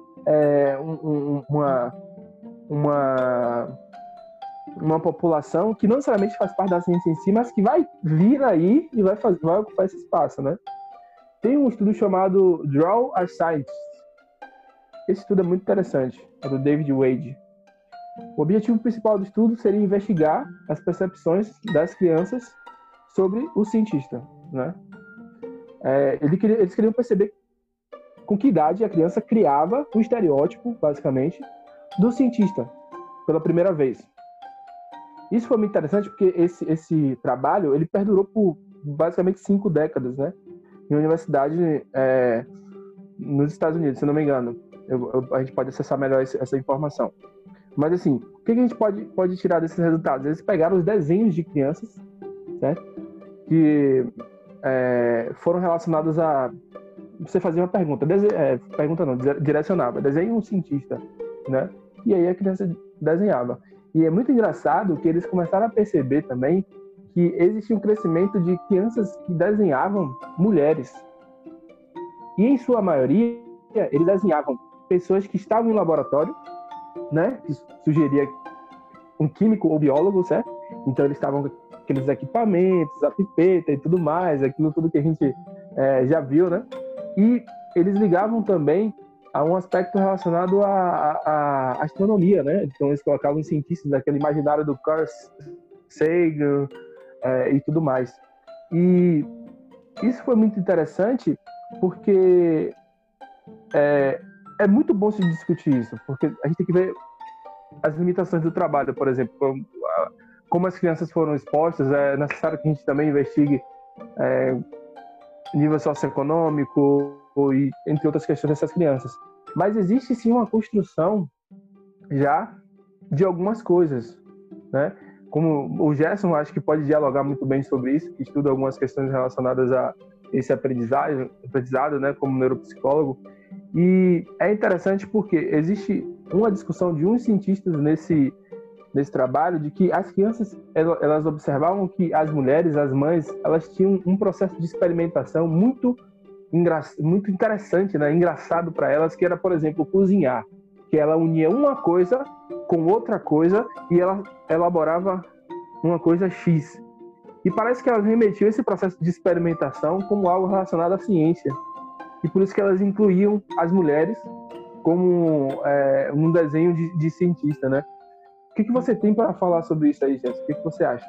uma população que não necessariamente faz parte da ciência em si, mas que vai vir aí e vai ocupar esse espaço, né? Tem um estudo chamado Draw a Scientist. Esse estudo é muito interessante, é do David Wade. O objetivo principal do estudo seria investigar as percepções das crianças sobre o cientista, né? Eles queriam perceber com que idade a criança criava o estereótipo, basicamente, do cientista, pela primeira vez. Isso foi muito interessante porque esse trabalho ele perdurou por basicamente 5 décadas, né? Em uma universidade nos Estados Unidos, se não me engano. A gente pode acessar melhor essa informação. Mas assim, o que a gente pode tirar desses resultados? Eles pegaram os desenhos de crianças, certo? Que foram relacionados a você fazer uma pergunta. Pergunta não, direcionava. Desenhe um cientista, né? E aí a criança desenhava. E é muito engraçado que eles começaram a perceber também que existia um crescimento de crianças que desenhavam mulheres. E em sua maioria, eles desenhavam pessoas que estavam em laboratório, né? Que sugeria um químico ou biólogo, certo? Então eles estavam com aqueles equipamentos, a pipeta e tudo mais, aquilo tudo que a gente já viu, né? E eles ligavam também a um aspecto relacionado à astronomia, né? Então eles colocavam os cientistas daquele imaginário do Carl Sagan e tudo mais. E isso foi muito interessante porque é muito bom se discutir isso, porque a gente tem que ver as limitações do trabalho, por exemplo, como as crianças foram expostas. É necessário que a gente também investigue nível socioeconômico e entre outras questões dessas crianças. Mas existe sim uma construção já de algumas coisas, né? Como o Gerson, acho que pode dialogar muito bem sobre isso, que estuda algumas questões relacionadas a esse aprendizado, né, como neuropsicólogo. E é interessante porque existe uma discussão de uns cientistas nesse trabalho de que as crianças, elas observavam que as mulheres, as mães, elas tinham um processo de experimentação muito interessante, né, engraçado para elas, que era, por exemplo, cozinhar, que ela unia uma coisa com outra coisa e ela elaborava uma coisa X. E parece que elas remetiam esse processo de experimentação como algo relacionado à ciência. E por isso que elas incluíam as mulheres como um desenho de cientista, né? O que você tem para falar sobre isso aí, Jess? O que você acha?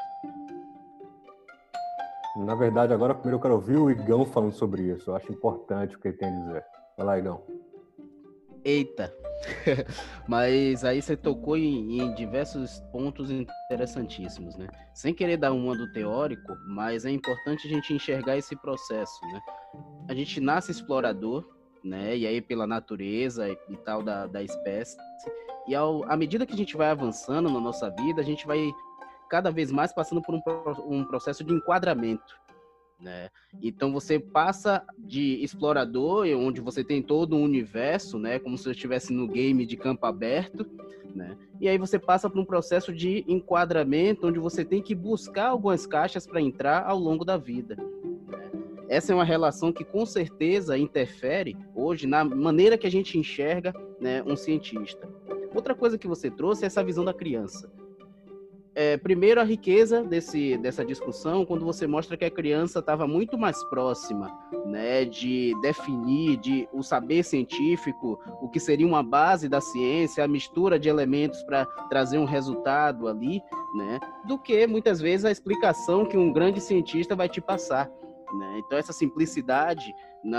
Na verdade, agora primeiro eu quero ouvir o Igão falando sobre isso. Eu acho importante o que ele tem a dizer. Vai lá, Igão. Eita! Mas aí você tocou em diversos pontos interessantíssimos, né? Sem querer dar uma do teórico, mas é importante a gente enxergar esse processo, né? A gente nasce explorador, né? E aí pela natureza e tal da espécie. E à medida que a gente vai avançando na nossa vida, a gente vai cada vez mais passando por um processo de enquadramento. né? Então você passa de explorador, onde você tem todo um universo, né, como se eu estivesse no game de campo aberto, né? E aí você passa por um processo de enquadramento, onde você tem que buscar algumas caixas para entrar ao longo da vida. Essa é uma relação que com certeza interfere hoje na maneira que a gente enxerga, né, um cientista. Outra coisa que você trouxe é essa visão da criança. Primeiro, a riqueza dessa discussão, quando você mostra que a criança estava muito mais próxima, né, de definir o saber científico, o que seria uma base da ciência, a mistura de elementos para trazer um resultado ali, né, do que, muitas vezes, a explicação que um grande cientista vai te passar. Né? Então, essa simplicidade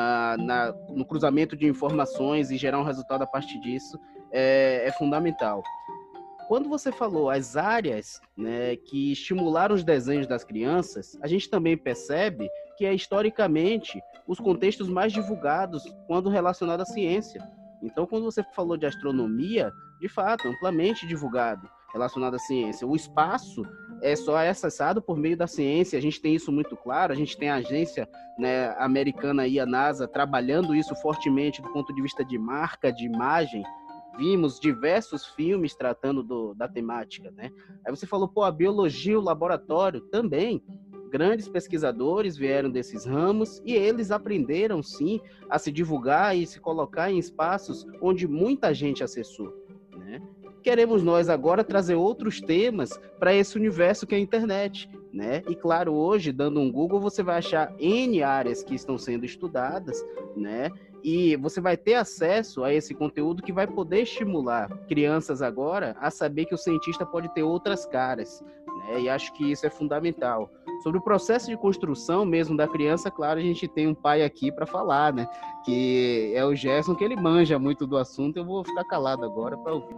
no cruzamento de informações e gerar um resultado a partir disso é fundamental. Quando você falou as áreas, né, que estimularam os desenhos das crianças, a gente também percebe que é historicamente os contextos mais divulgados quando relacionado à ciência. Então, quando você falou de astronomia, de fato, amplamente divulgado, relacionado à ciência. O espaço só é acessado por meio da ciência, a gente tem isso muito claro, a gente tem a agência, né, americana aí, a NASA, trabalhando isso fortemente do ponto de vista de marca, de imagem. Vimos diversos filmes tratando da temática, né? Aí você falou, a biologia, o laboratório, também. Grandes pesquisadores vieram desses ramos e eles aprenderam, sim, a se divulgar e se colocar em espaços onde muita gente acessou, né? Queremos nós agora trazer outros temas para esse universo que é a internet, né? E claro, hoje, dando um Google, você vai achar N áreas que estão sendo estudadas, né? E você vai ter acesso a esse conteúdo que vai poder estimular crianças agora a saber que o cientista pode ter outras caras, né? E acho que isso é fundamental. Sobre o processo de construção mesmo da criança, claro, a gente tem um pai aqui para falar, né? Que é o Gerson, que ele manja muito do assunto. Eu vou ficar calado agora para ouvir.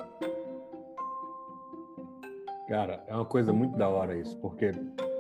Cara, é uma coisa muito da hora isso, porque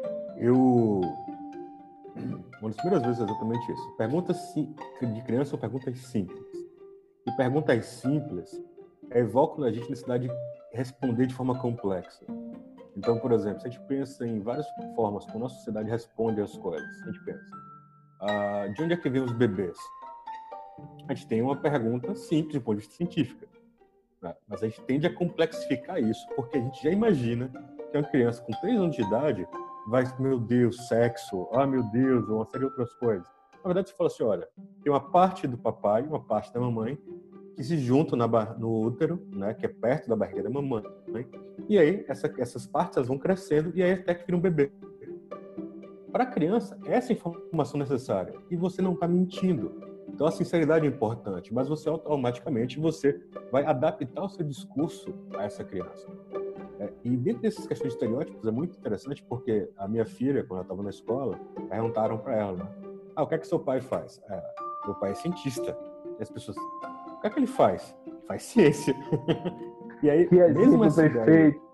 uma das primeiras vezes é exatamente isso. Perguntas de criança são perguntas simples. E perguntas simples evocam na gente a necessidade de responder de forma complexa. Então, por exemplo, se a gente pensa em várias formas como a nossa sociedade responde às coisas, a gente pensa, de onde é que vêm os bebês? A gente tem uma pergunta simples do ponto de vista científico, né? Mas a gente tende a complexificar isso, porque a gente já imagina que uma criança com 3 anos de idade vai, meu Deus, sexo, meu Deus, uma série de outras coisas. Na verdade, você fala assim, olha, tem uma parte do papai, uma parte da mamãe, que se juntam no útero, né, que é perto da barriga da mamãe, né? E aí essas partes elas vão crescendo e aí até que vira um bebê. Para a criança, essa é a informação necessária e você não está mentindo. Então a sinceridade é importante, mas você automaticamente você vai adaptar o seu discurso a essa criança. E dentro dessas questões de estereótipos é muito interessante porque a minha filha, quando ela estava na escola, perguntaram para ela, né? O que é que seu pai faz? Meu pai é cientista. E as pessoas, o que é que ele faz? Faz ciência. E aí, que mesmo essa perfeito. ideia...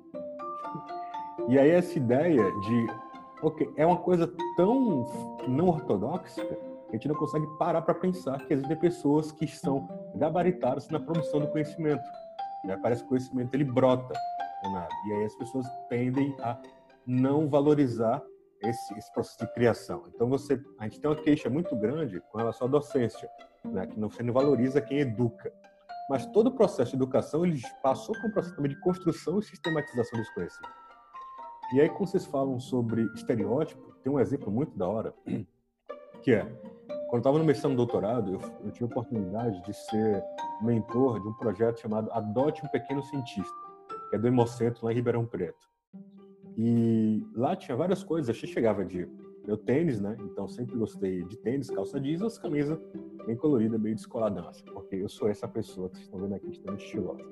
E aí essa ideia de, é uma coisa tão não ortodoxa que a gente não consegue parar para pensar que existem pessoas que estão gabaritadas na produção do conhecimento. Né? Parece que o conhecimento ele brota do nada. E aí as pessoas tendem a não valorizar esse processo de criação. Então a gente tem uma queixa muito grande com relação à docência, né? Que você não valoriza quem educa. Mas todo o processo de educação ele passou por um processo também de construção e sistematização desse conhecimento. E aí, quando vocês falam sobre estereótipo, tem um exemplo muito da hora, que é, quando eu estava no mestrado e doutorado, eu tive a oportunidade de ser mentor de um projeto chamado Adote um Pequeno Cientista, que é do Hemocentro, lá em Ribeirão Preto. E lá tinha várias coisas, a gente chegava de meu tênis, né? Então sempre gostei de tênis, calça jeans, camisa bem colorida, meio descoladãncia, porque eu sou essa pessoa que vocês estão vendo aqui, extremamente estilosa.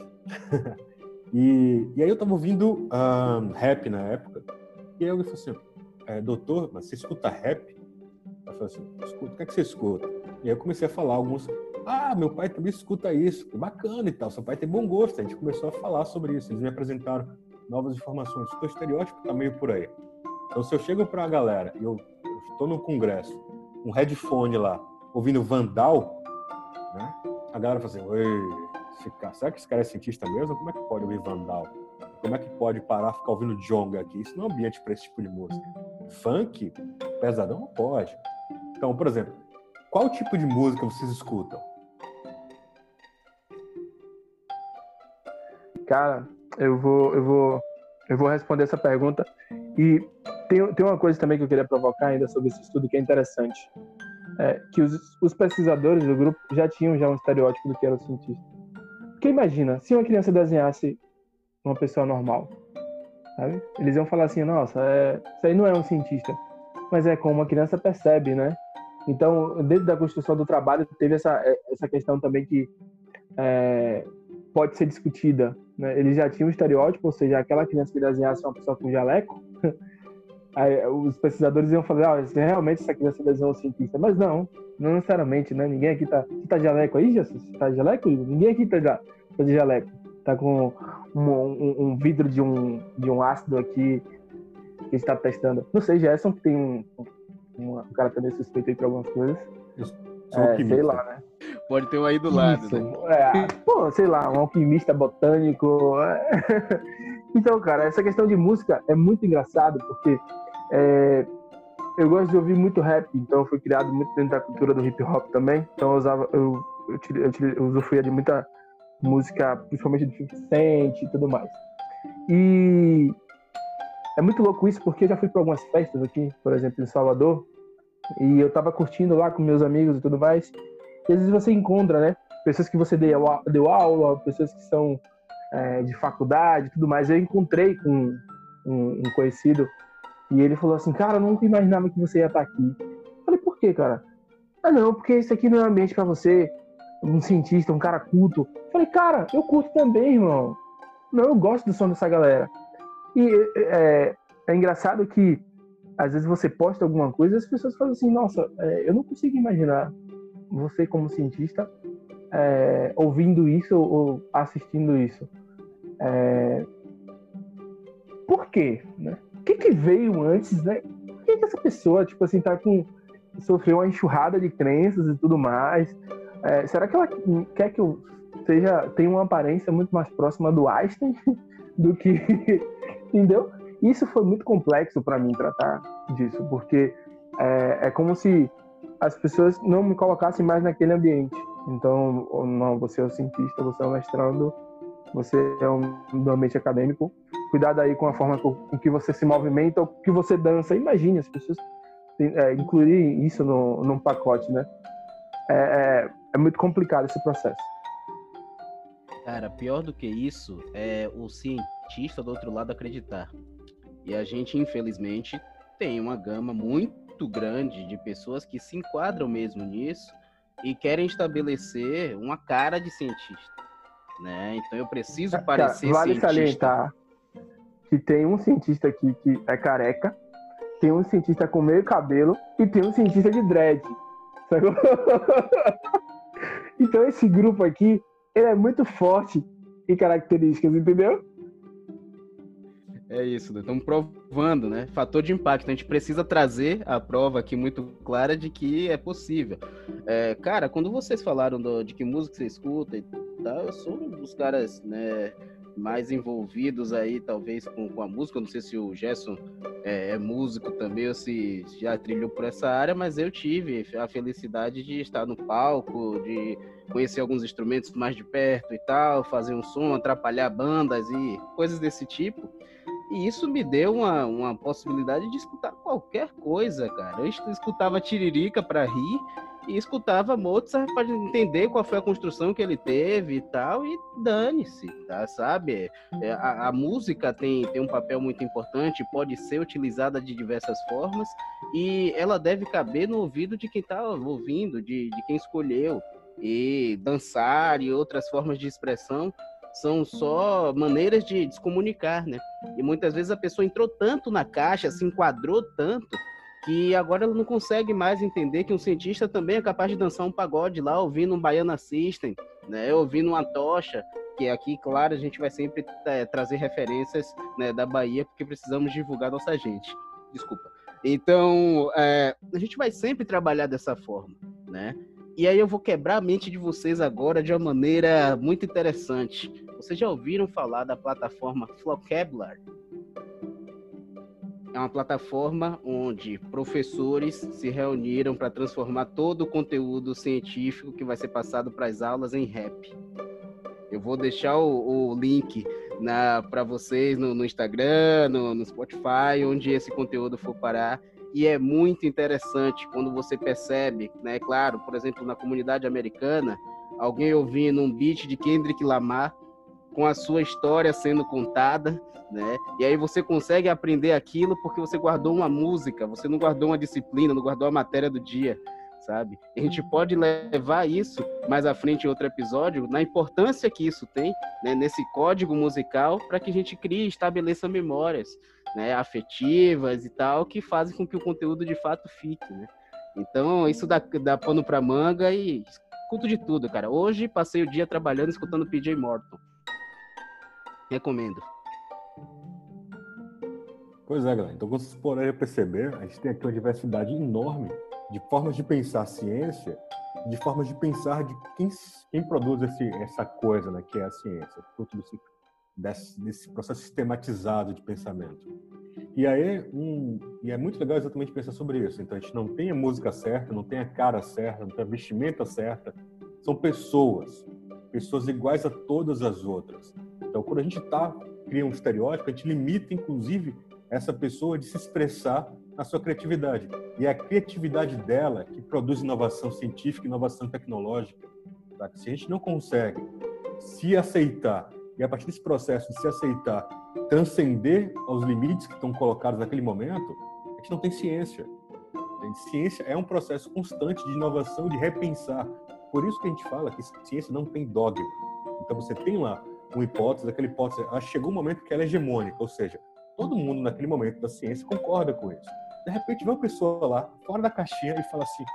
E aí eu tava ouvindo rap na época, e aí eu falei assim, doutor, mas você escuta rap? Eu falei assim, escuta, o que é que você escuta? E aí eu comecei a falar alguns, meu pai também escuta isso, que bacana e tal, seu pai tem bom gosto. A gente começou a falar sobre isso, eles me apresentaram novas informações, o teu estereótipo tá meio por aí. Então se eu chego pra galera, e eu estou no congresso, um headphone lá, ouvindo Vandal, né? A galera fala assim, será que esse cara é cientista mesmo? Como é que pode ouvir Vandal? Como é que pode parar e ficar ouvindo Djonga aqui? Isso não é ambiente para esse tipo de música. funk pesadão não pode. Então, por exemplo, qual tipo de música vocês escutam? Cara, eu vou responder essa pergunta. E tem uma coisa também que eu queria provocar ainda sobre esse estudo que é interessante. Que os pesquisadores do grupo já tinham um estereótipo do que era o cientista. Porque imagina, se uma criança desenhasse uma pessoa normal, sabe? Eles iam falar assim, nossa, isso aí não é um cientista. Mas é como uma criança percebe, né? Então, dentro da construção do trabalho, teve essa questão também que pode ser discutida, né? Eles já tinham um estereótipo, ou seja, aquela criança que desenhasse uma pessoa com jaleco, aí, os pesquisadores iam falar, realmente essa criança desenhou um cientista. Mas não necessariamente, né? Ninguém aqui tá... Você tá de jaleco aí, Jesus? Você tá de jaleco? Ninguém aqui tá de jaleco. Tá com um vidro de um ácido aqui que a gente tá testando. Não sei, Gerson, que tem um cara também suspeito aí pra algumas coisas. Sei lá, né? Pode ter um aí do lado, né? Sei lá, um alquimista botânico. Então, cara, essa questão de música é muito engraçado, porque eu gosto de ouvir muito rap, então eu fui criado muito dentro da cultura do hip hop também. Então eu usufruía de muita música, principalmente do 50 Cent e tudo mais. E é muito louco isso, porque eu já fui para algumas festas aqui, por exemplo, em Salvador, e eu tava curtindo lá com meus amigos e tudo mais. E às vezes você encontra, né, pessoas que você deu aula, pessoas que são de faculdade e tudo mais. Eu encontrei com um conhecido e ele falou assim, cara, eu nunca imaginava que você ia estar aqui. Eu falei, por quê, cara? Não, porque isso aqui não é ambiente para você, um cientista, um cara culto. Eu falei, cara, eu curto também, irmão. Não, eu gosto do som dessa galera. E é engraçado que às vezes você posta alguma coisa e as pessoas falam assim, nossa, eu não consigo imaginar você como cientista ouvindo isso ou assistindo isso. Por quê? Né? O que veio antes, né? Por que essa pessoa, tipo assim, sofreu uma enxurrada de crenças e tudo mais? Será que ela quer que eu tenha uma aparência muito mais próxima do Einstein do que... Entendeu? Isso foi muito complexo para mim tratar disso, porque é como se as pessoas não me colocassem mais naquele ambiente. Então, não, você é um cientista, você é um mestrando, você é do ambiente acadêmico. Cuidado aí com a forma com que você se movimenta ou que você dança. Imagine as pessoas incluírem isso num pacote, né? É muito complicado esse processo. Cara, pior do que isso é o cientista do outro lado acreditar. E a gente, infelizmente, tem uma gama muito grande de pessoas que se enquadram mesmo nisso e querem estabelecer uma cara de cientista, né? Então eu preciso parecer vale cientista. Salientar que tem um cientista aqui que é careca, tem um cientista com meio cabelo e tem um cientista de dread. Sacou? Então esse grupo aqui, ele é muito forte em características, entendeu? É isso, né? Estamos provando, né? Fator de impacto. A gente precisa trazer a prova aqui muito clara de que é possível. Cara, quando vocês falaram de que música você escuta e tal, eu sou um dos caras, né, mais envolvidos aí, talvez, com a música. Eu não sei se o Gerson é músico também ou se já trilhou por essa área, mas eu tive a felicidade de estar no palco, de conhecer alguns instrumentos mais de perto e tal, fazer um som, atrapalhar bandas e coisas desse tipo. E isso me deu uma possibilidade de escutar qualquer coisa, cara. Eu escutava Tiririca para rir e escutava Mozart para entender qual foi a construção que ele teve e tal, e dane-se, tá? Sabe? A música tem um papel muito importante, pode ser utilizada de diversas formas e ela deve caber no ouvido de quem está ouvindo, de quem escolheu. E dançar e outras formas de expressão são só maneiras de se comunicar, né? E muitas vezes a pessoa entrou tanto na caixa, se enquadrou tanto, que agora ela não consegue mais entender que um cientista também é capaz de dançar um pagode lá, ouvindo um Baiana System, né? Ouvindo uma tocha, que aqui, claro, a gente vai sempre trazer referências, né, da Bahia, porque precisamos divulgar nossa gente. Desculpa. Então, a gente vai sempre trabalhar dessa forma, né? E aí eu vou quebrar a mente de vocês agora de uma maneira muito interessante. Vocês já ouviram falar da plataforma Flocabulary? é uma plataforma onde professores se reuniram para transformar todo o conteúdo científico que vai ser passado para as aulas em rap. Eu vou deixar o link para vocês no Instagram, no Spotify, onde esse conteúdo for parar. E é muito interessante quando você percebe, né? Claro, por exemplo, na comunidade americana, alguém ouvindo um beat de Kendrick Lamar com a sua história sendo contada, né? E aí você consegue aprender aquilo porque você guardou uma música, você não guardou uma disciplina, não guardou a matéria do dia, sabe? A gente pode levar isso mais à frente em outro episódio, na importância que isso tem, né, nesse código musical, para que a gente crie e estabeleça memórias, né, afetivas e tal, que fazem com que o conteúdo de fato fique, né? Então, isso dá pano para manga e escuto de tudo, cara. Hoje passei o dia trabalhando escutando PJ Morton. Recomendo. Pois é, galera. Então, como vocês poderem perceber, a gente tem aqui uma diversidade enorme de formas de pensar a ciência, de formas de pensar de quem produz essa coisa, né, que é a ciência, fruto desse processo sistematizado de pensamento. E aí, é muito legal exatamente pensar sobre isso. Então, a gente não tem a música certa, não tem a cara certa, não tem a vestimenta certa. São pessoas iguais a todas as outras. Então, quando a gente cria um estereótipo, a gente limita, inclusive, essa pessoa de se expressar na sua criatividade. E é a criatividade dela que produz inovação científica, inovação tecnológica. Tá? Se a gente não consegue se aceitar, e a partir desse processo de se aceitar, transcender aos limites que estão colocados naquele momento, a gente não tem ciência. Ciência é um processo constante de inovação, de repensar. Por isso que a gente fala que ciência não tem dogma. Então você tem lá uma hipótese, aquela hipótese, chegou um momento que ela é hegemônica, ou seja, todo mundo naquele momento da ciência concorda com isso. De repente vem uma pessoa lá, fora da caixinha, e fala assim,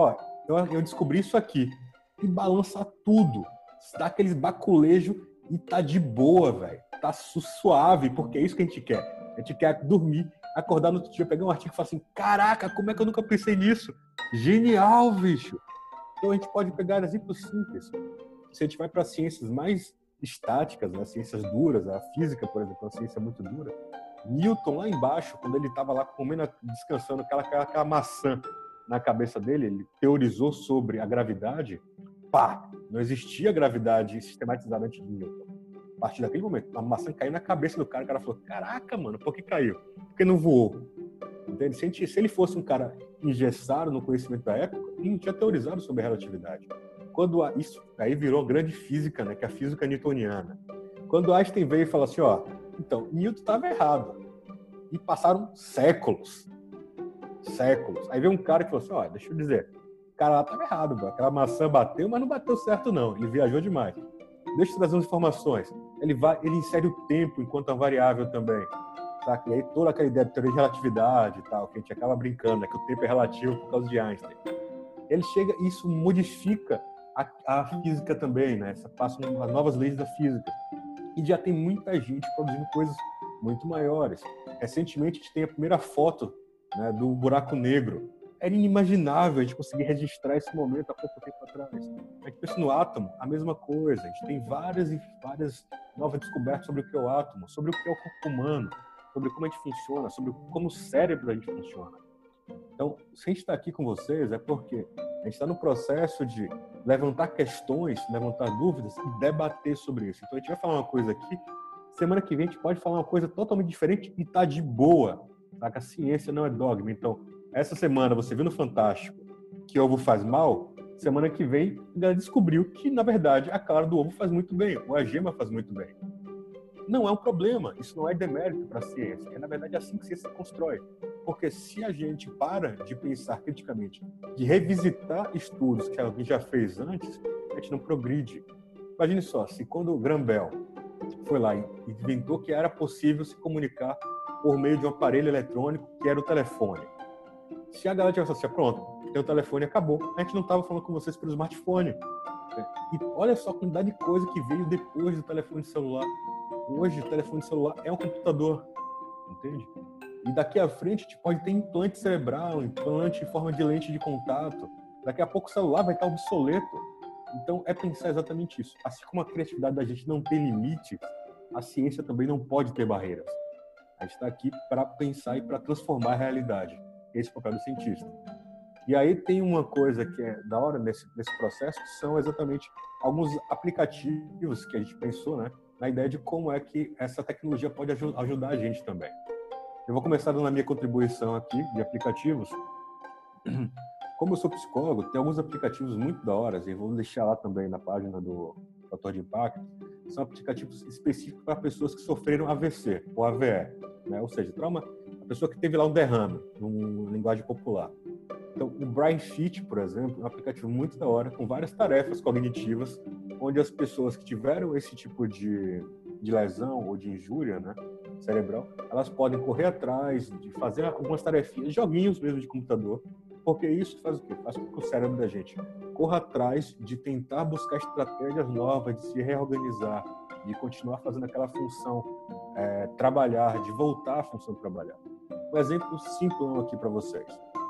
eu descobri isso aqui, e balança tudo, dá aqueles baculejos e tá de boa, velho, tá suave, porque é isso que a gente quer. A gente quer dormir, acordar no outro dia, pegar um artigo e falar assim, caraca, como é que eu nunca pensei nisso? Genial, bicho! Então a gente pode pegar exemplos simples. Se a gente vai para ciências mais estáticas, né, ciências duras, a física, por exemplo, é uma ciência muito dura. Newton, lá embaixo, quando ele estava lá comendo, descansando, aquela maçã na cabeça dele, ele teorizou sobre a gravidade. Não existia gravidade sistematizada antes de Newton. A partir daquele momento, a maçã caiu na cabeça do cara, o cara falou, caraca, mano, por que caiu? Porque não voou. Entende? Se ele fosse um cara engessado no conhecimento da época, ele não tinha teorizado sobre a relatividade. Quando isso aí virou grande física, né, que é a física newtoniana. Quando Einstein veio e falou assim, então, Newton estava errado. E passaram séculos. Aí veio um cara que falou assim, deixa eu dizer, o cara lá estava errado, bro. Aquela maçã bateu, mas não bateu certo não, ele viajou demais. Deixa eu trazer umas informações. Ele insere o tempo enquanto a variável também. Tá? E aí toda aquela ideia de teoria de relatividade e tal, que a gente acaba brincando, né, que o tempo é relativo por causa de Einstein. Ele chega e isso modifica a física também, né? Passam as novas leis da física. E já tem muita gente produzindo coisas muito maiores. Recentemente a gente tem a primeira foto, né, do buraco negro. Era inimaginável a gente conseguir registrar esse momento há pouco tempo atrás. A gente pensa no átomo, a mesma coisa. A gente tem várias e várias novas descobertas sobre o que é o átomo, sobre o que é o corpo humano, sobre como a gente funciona, sobre como o cérebro da gente funciona. Então, se a gente está aqui com vocês, é porque a gente está no processo de levantar questões, levantar dúvidas e debater sobre isso. Então, a gente vai falar uma coisa aqui, semana que vem a gente pode falar uma coisa totalmente diferente e tá de boa. Tá? Que a ciência não é dogma. Então, essa semana você viu no Fantástico que ovo faz mal, semana que vem ela descobriu que, na verdade, a clara do ovo faz muito bem, ou a gema faz muito bem. Não é um problema, isso não é demérito para a ciência. É, na verdade, assim que a ciência se constrói. Porque se a gente para de pensar criticamente, de revisitar estudos que alguém já fez antes, a gente não progride. Imagine só, se quando o Graham Bell foi lá e inventou que era possível se comunicar por meio de um aparelho eletrônico que era o telefone. Se a galera tivesse assim, pronto, tem o telefone, acabou. A gente não estava falando com vocês pelo smartphone. E olha só a quantidade de coisa que veio depois do telefone celular. Hoje, o telefone celular é um computador, entende? E daqui à frente, a gente pode ter implante cerebral, implante em forma de lente de contato. Daqui a pouco o celular vai estar obsoleto. Então, é pensar exatamente isso. Assim como a criatividade da gente não tem limites, a ciência também não pode ter barreiras. A gente está aqui para pensar e para transformar a realidade. Esse é o papel do cientista. E aí tem uma coisa que é da hora nesse processo, que são exatamente alguns aplicativos que a gente pensou, né, na ideia de como é que essa tecnologia pode ajudar a gente também. Eu vou começar dando a minha contribuição aqui de aplicativos. Como eu sou psicólogo, tem alguns aplicativos muito da hora, e vou deixar lá também na página do Fator de Impacto. São aplicativos específicos para pessoas que sofreram AVC ou AVE, né? Ou seja, trauma, a pessoa que teve lá um derrame, numa linguagem popular. Então, o Brain Fit, por exemplo, é um aplicativo muito da hora, com várias tarefas cognitivas, onde as pessoas que tiveram esse tipo de lesão ou de injúria, né, cerebral, elas podem correr atrás de fazer algumas tarefinhas, joguinhos mesmo de computador, porque isso faz o quê? Faz com que o cérebro da gente corra atrás de tentar buscar estratégias novas, de se reorganizar, de continuar fazendo aquela função, trabalhar, de voltar à função de trabalhar. Um exemplo simplão aqui para vocês.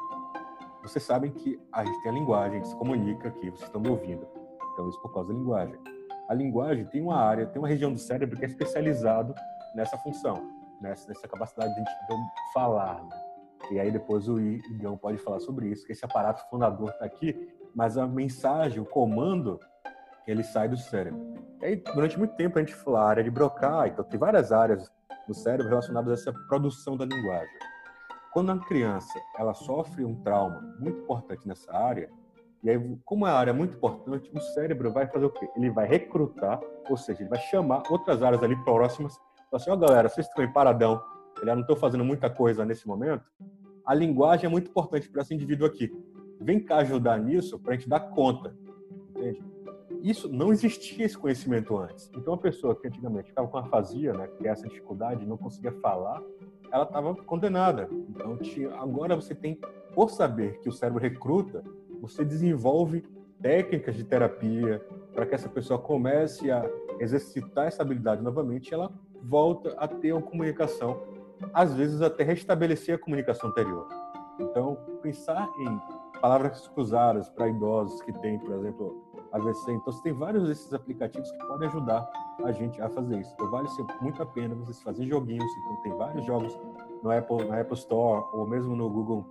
Vocês sabem que a gente tem a linguagem, a gente se comunica aqui, vocês estão me ouvindo. Então, isso por causa da linguagem. A linguagem tem uma área, tem uma região do cérebro que é especializado nessa função, nessa capacidade de falar, né? E aí depois o Igão pode falar sobre isso, que esse aparato fonador está aqui, mas a mensagem, o comando, ele sai do cérebro. E aí, durante muito tempo, a gente falou a área de Broca, então tem várias áreas do cérebro relacionadas a essa produção da linguagem. Quando a criança ela sofre um trauma muito importante nessa área, e aí, como é a área muito importante, o cérebro vai fazer o quê? Ele vai recrutar, ou seja, ele vai chamar outras áreas ali próximas, falar assim, galera, vocês estão em paradão, eu não estou fazendo muita coisa nesse momento, a linguagem é muito importante para esse indivíduo aqui. Vem cá ajudar nisso para a gente dar conta, entende? Isso não existia esse conhecimento antes. Então, a pessoa que antigamente ficava com afasia, né, que é essa dificuldade, não conseguia falar, ela estava condenada. Então, agora você tem, por saber que o cérebro recruta, você desenvolve técnicas de terapia para que essa pessoa comece a exercitar essa habilidade novamente e ela volta a ter uma comunicação, às vezes até restabelecer a comunicação anterior. Então, pensar em palavras cruzadas para idosos que têm, por exemplo, AVC. Então, você tem vários desses aplicativos que podem ajudar a gente a fazer isso. Então, vale muito a pena vocês fazerem joguinhos. Então, tem vários jogos no Apple Store ou mesmo no Google,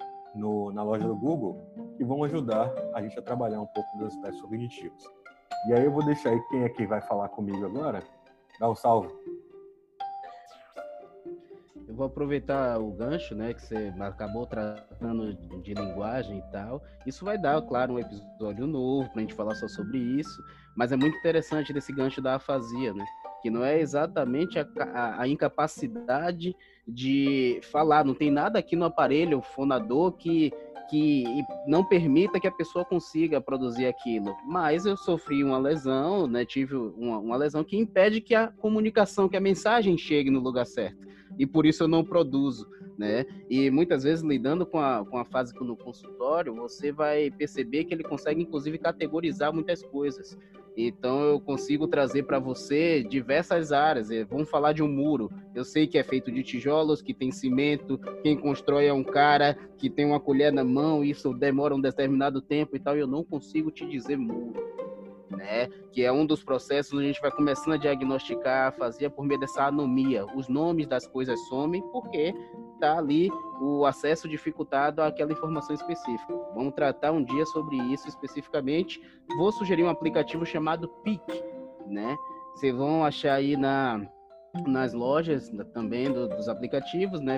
na loja do Google, que vão ajudar a gente a trabalhar um pouco dos aspectos cognitivos. E aí eu vou deixar aí quem é que vai falar comigo agora. Dá um salve. Eu vou aproveitar o gancho, né, que você acabou tratando de linguagem e tal. Isso vai dar, claro, um episódio novo para a gente falar só sobre isso, mas é muito interessante desse gancho da afasia, né, que não é exatamente a incapacidade de falar, não tem nada aqui no aparelho fonador que não permita que a pessoa consiga produzir aquilo. Mas eu sofri uma lesão, né, tive uma lesão que impede que a comunicação, que a mensagem chegue no lugar certo. E por isso eu não produzo, né? E muitas vezes, lidando com a fase no consultório, você vai perceber que ele consegue, inclusive, categorizar muitas coisas. Então, eu consigo trazer para você diversas áreas. Vamos falar de um muro. Eu sei que é feito de tijolos, que tem cimento, quem constrói é um cara que tem uma colher na mão, isso demora um determinado tempo e tal, e eu não consigo te dizer muro, né? Que é um dos processos onde a gente vai começando a diagnosticar, fazia por meio dessa anomia. Os nomes das coisas somem porque está ali o acesso dificultado àquela informação específica. Vamos tratar um dia sobre isso especificamente. Vou sugerir um aplicativo chamado PEAK, né? Vocês vão achar aí nas lojas também dos aplicativos, né?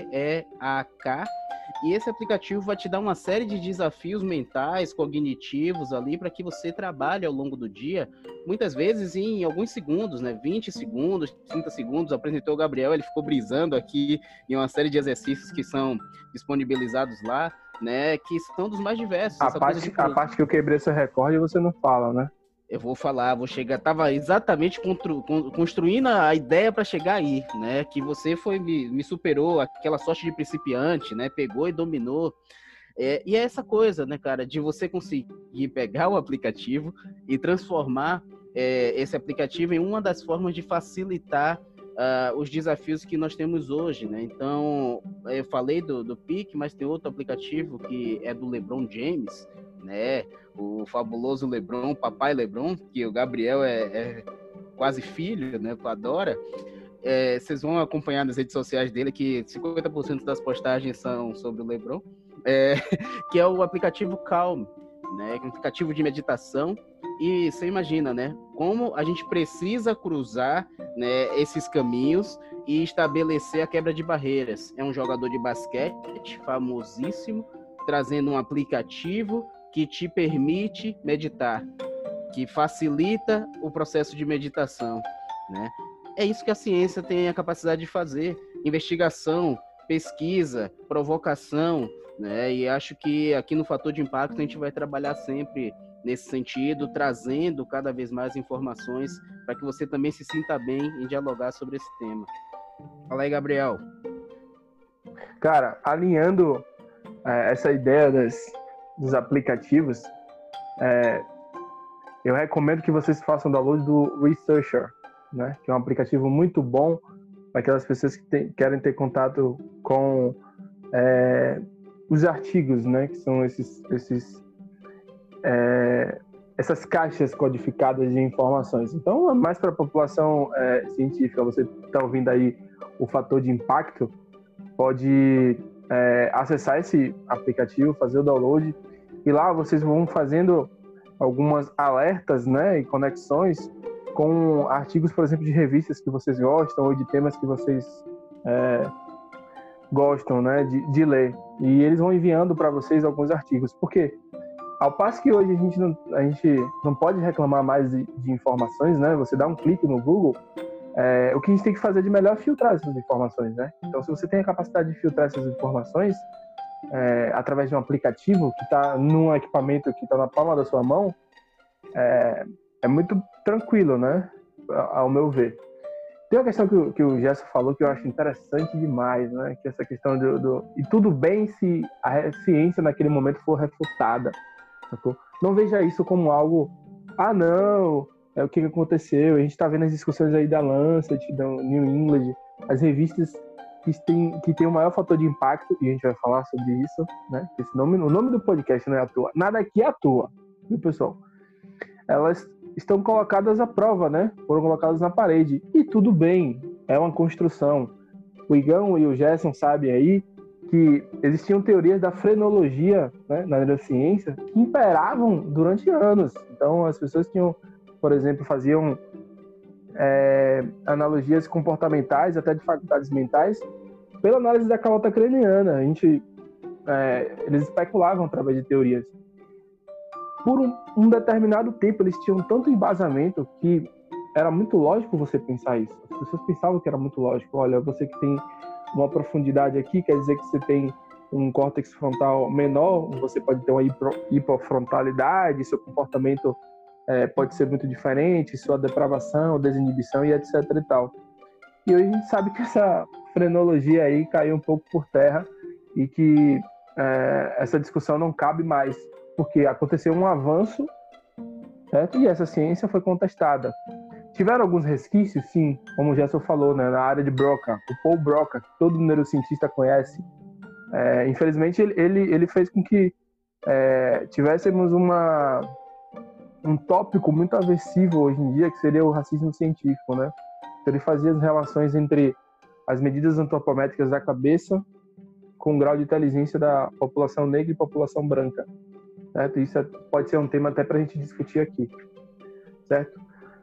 PEAK. E esse aplicativo vai te dar uma série de desafios mentais, cognitivos ali, para que você trabalhe ao longo do dia, muitas vezes em alguns segundos, né? 20 segundos, 30 segundos. Apresentou o Gabriel, ele ficou brisando aqui em uma série de exercícios que são disponibilizados lá, né? Que são dos mais diversos. A parte que eu quebrei seu recorde você não fala, né? Eu vou falar, vou chegar, tava exatamente construindo a ideia para chegar aí, né? Que você me superou, aquela sorte de principiante, né? Pegou e dominou. E é essa coisa, né, cara, de você conseguir pegar o aplicativo e transformar esse aplicativo em uma das formas de facilitar os desafios que nós temos hoje, né? Então, eu falei do PEAK, mas tem outro aplicativo que é do LeBron James, né? O fabuloso LeBron, papai LeBron, que o Gabriel é quase filho, né? Adora. vocês vão acompanhar nas redes sociais dele que 50% das postagens são sobre o LeBron, que é o aplicativo Calm, né? Um aplicativo de meditação. E você imagina, né? Como a gente precisa cruzar, né, esses caminhos e estabelecer a quebra de barreiras. É um jogador de basquete famosíssimo, trazendo um aplicativo que te permite meditar, que facilita o processo de meditação, né? É isso que a ciência tem a capacidade de fazer: investigação, pesquisa, provocação, né? E acho que aqui no Fator de Impacto a gente vai trabalhar sempre nesse sentido, trazendo cada vez mais informações para que você também se sinta bem em dialogar sobre esse tema. Fala aí, Gabriel. Cara, alinhando essa ideia dos aplicativos, eu recomendo que vocês façam download do Researcher, né? Que é um aplicativo muito bom para aquelas pessoas que querem ter contato com os artigos, né? Que são essas caixas codificadas de informações. Então, é mais para a população científica. Você está ouvindo aí o Fator de Impacto, pode acessar esse aplicativo, fazer o download, e lá vocês vão fazendo algumas alertas, né, e conexões com artigos, por exemplo, de revistas que vocês gostam ou de temas que vocês gostam, né, de ler. E eles vão enviando para vocês alguns artigos. Por quê? Ao passo que hoje a gente não pode reclamar mais de informações, né? Você dá um clique no Google, o que a gente tem que fazer de melhor é filtrar essas informações, né? Então, se você tem a capacidade de filtrar essas informações através de um aplicativo que está num equipamento que está na palma da sua mão, é muito tranquilo, né? Ao meu ver. Tem uma questão que o Gerson falou que eu acho interessante demais, né? Que é essa questão e tudo bem se a ciência naquele momento for refutada. Sacou? Não veja isso como algo, não, o que aconteceu. A gente está vendo as discussões aí da Lancet, da New England, as revistas que tem o maior fator de impacto, e a gente vai falar sobre isso, né? O nome do podcast não é à toa. Nada aqui é à toa, viu, pessoal? Elas estão colocadas à prova, né? Foram colocadas na parede. E tudo bem, é uma construção. O Igão e o Gerson sabem aí que existiam teorias da frenologia, né, na neurociência, que imperavam durante anos. Então, as pessoas tinham, por exemplo, faziam analogias comportamentais, até de faculdades mentais, pela análise da calota craniana. Eles especulavam através de teorias. Por um determinado tempo, eles tinham tanto embasamento que era muito lógico você pensar isso. As pessoas pensavam que era muito lógico. Olha, você que tem uma profundidade aqui, quer dizer que você tem um córtex frontal menor, você pode ter uma hipofrontalidade, seu comportamento pode ser muito diferente, sua depravação, desinibição e etc e tal. E hoje a gente sabe que essa frenologia aí caiu um pouco por terra e que essa discussão não cabe mais, porque aconteceu um avanço, certo? E essa ciência foi contestada. Tiveram alguns resquícios, sim, como o Gerson falou, né, na área de Broca, o Paul Broca, que todo neurocientista conhece. Infelizmente, ele fez com que tivéssemos um tópico muito aversivo hoje em dia, que seria o racismo científico, né? Então, ele fazia as relações entre as medidas antropométricas da cabeça com o grau de inteligência da população negra e população branca. Certo? Isso pode ser um tema até para a gente discutir aqui, certo?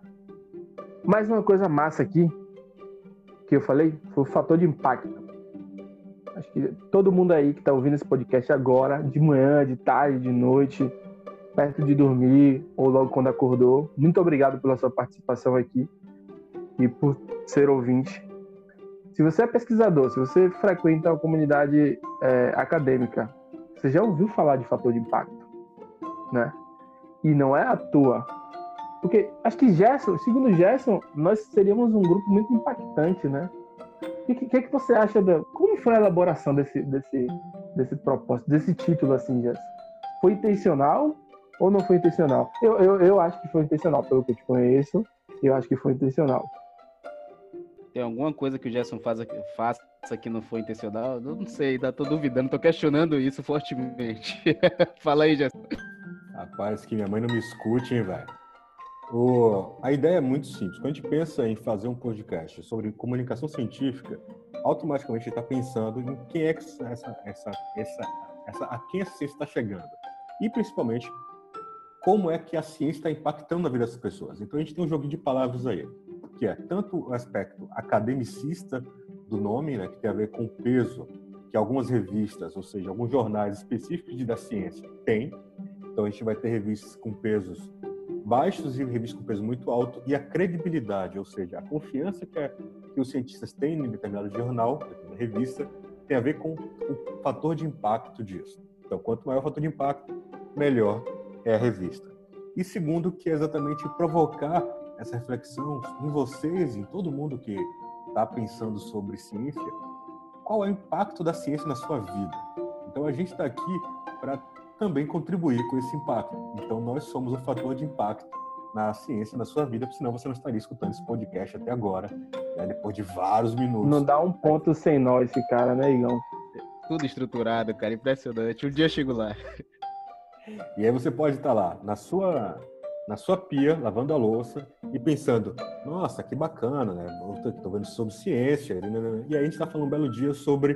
Mais uma coisa massa aqui, que eu falei, foi o fator de impacto. Acho que todo mundo aí que está ouvindo esse podcast agora, de manhã, de tarde, de noite, perto de dormir, ou logo quando acordou, muito obrigado pela sua participação aqui e por ser ouvinte. Se você é pesquisador, se você frequenta a comunidade acadêmica, você já ouviu falar de fator de impacto, né? E não é à toa. Porque acho que segundo Gerson, nós seríamos um grupo muito impactante, né? O que você acha como foi a elaboração desse propósito, desse título assim, Gerson? Foi intencional ou não foi intencional? Eu acho que foi intencional, pelo que eu te conheço, eu acho que foi intencional. Tem alguma coisa que o Gerson faça que não foi intencional? Eu não sei, tô duvidando, tô questionando isso fortemente. Fala aí, Gerson. Rapaz, que minha mãe não me escute, hein, velho? A ideia é muito simples. Quando a gente pensa em fazer um podcast sobre comunicação científica, automaticamente está pensando em quem é que a quem a ciência está chegando. E, principalmente, como é que a ciência está impactando na vida das pessoas. Então, a gente tem um joguinho de palavras aí, que é tanto o aspecto academicista do nome, né, que tem a ver com o peso que algumas revistas, ou seja, alguns jornais específicos da ciência têm. Então, a gente vai ter revistas com pesos baixos e revistas com peso muito alto, e a credibilidade, ou seja, a confiança que os cientistas têm em determinado jornal, determinada revista, tem a ver com o fator de impacto disso. Então, quanto maior o fator de impacto, melhor é a revista. E segundo, que é exatamente provocar essa reflexão em vocês, em todo mundo que está pensando sobre ciência, qual é o impacto da ciência na sua vida. Então, a gente está aqui para também contribuir com esse impacto. Então, nós somos o fator de impacto na ciência, na sua vida, senão você não estaria escutando esse podcast até agora, né, depois de vários minutos. Não dá um ponto sem nó esse cara, né, Igão? Tudo estruturado, cara, impressionante. Um dia eu chego lá. E aí você pode estar lá, na sua pia, lavando a louça e pensando, nossa, que bacana, né? Estou vendo sobre ciência. E aí a gente está falando um belo dia sobre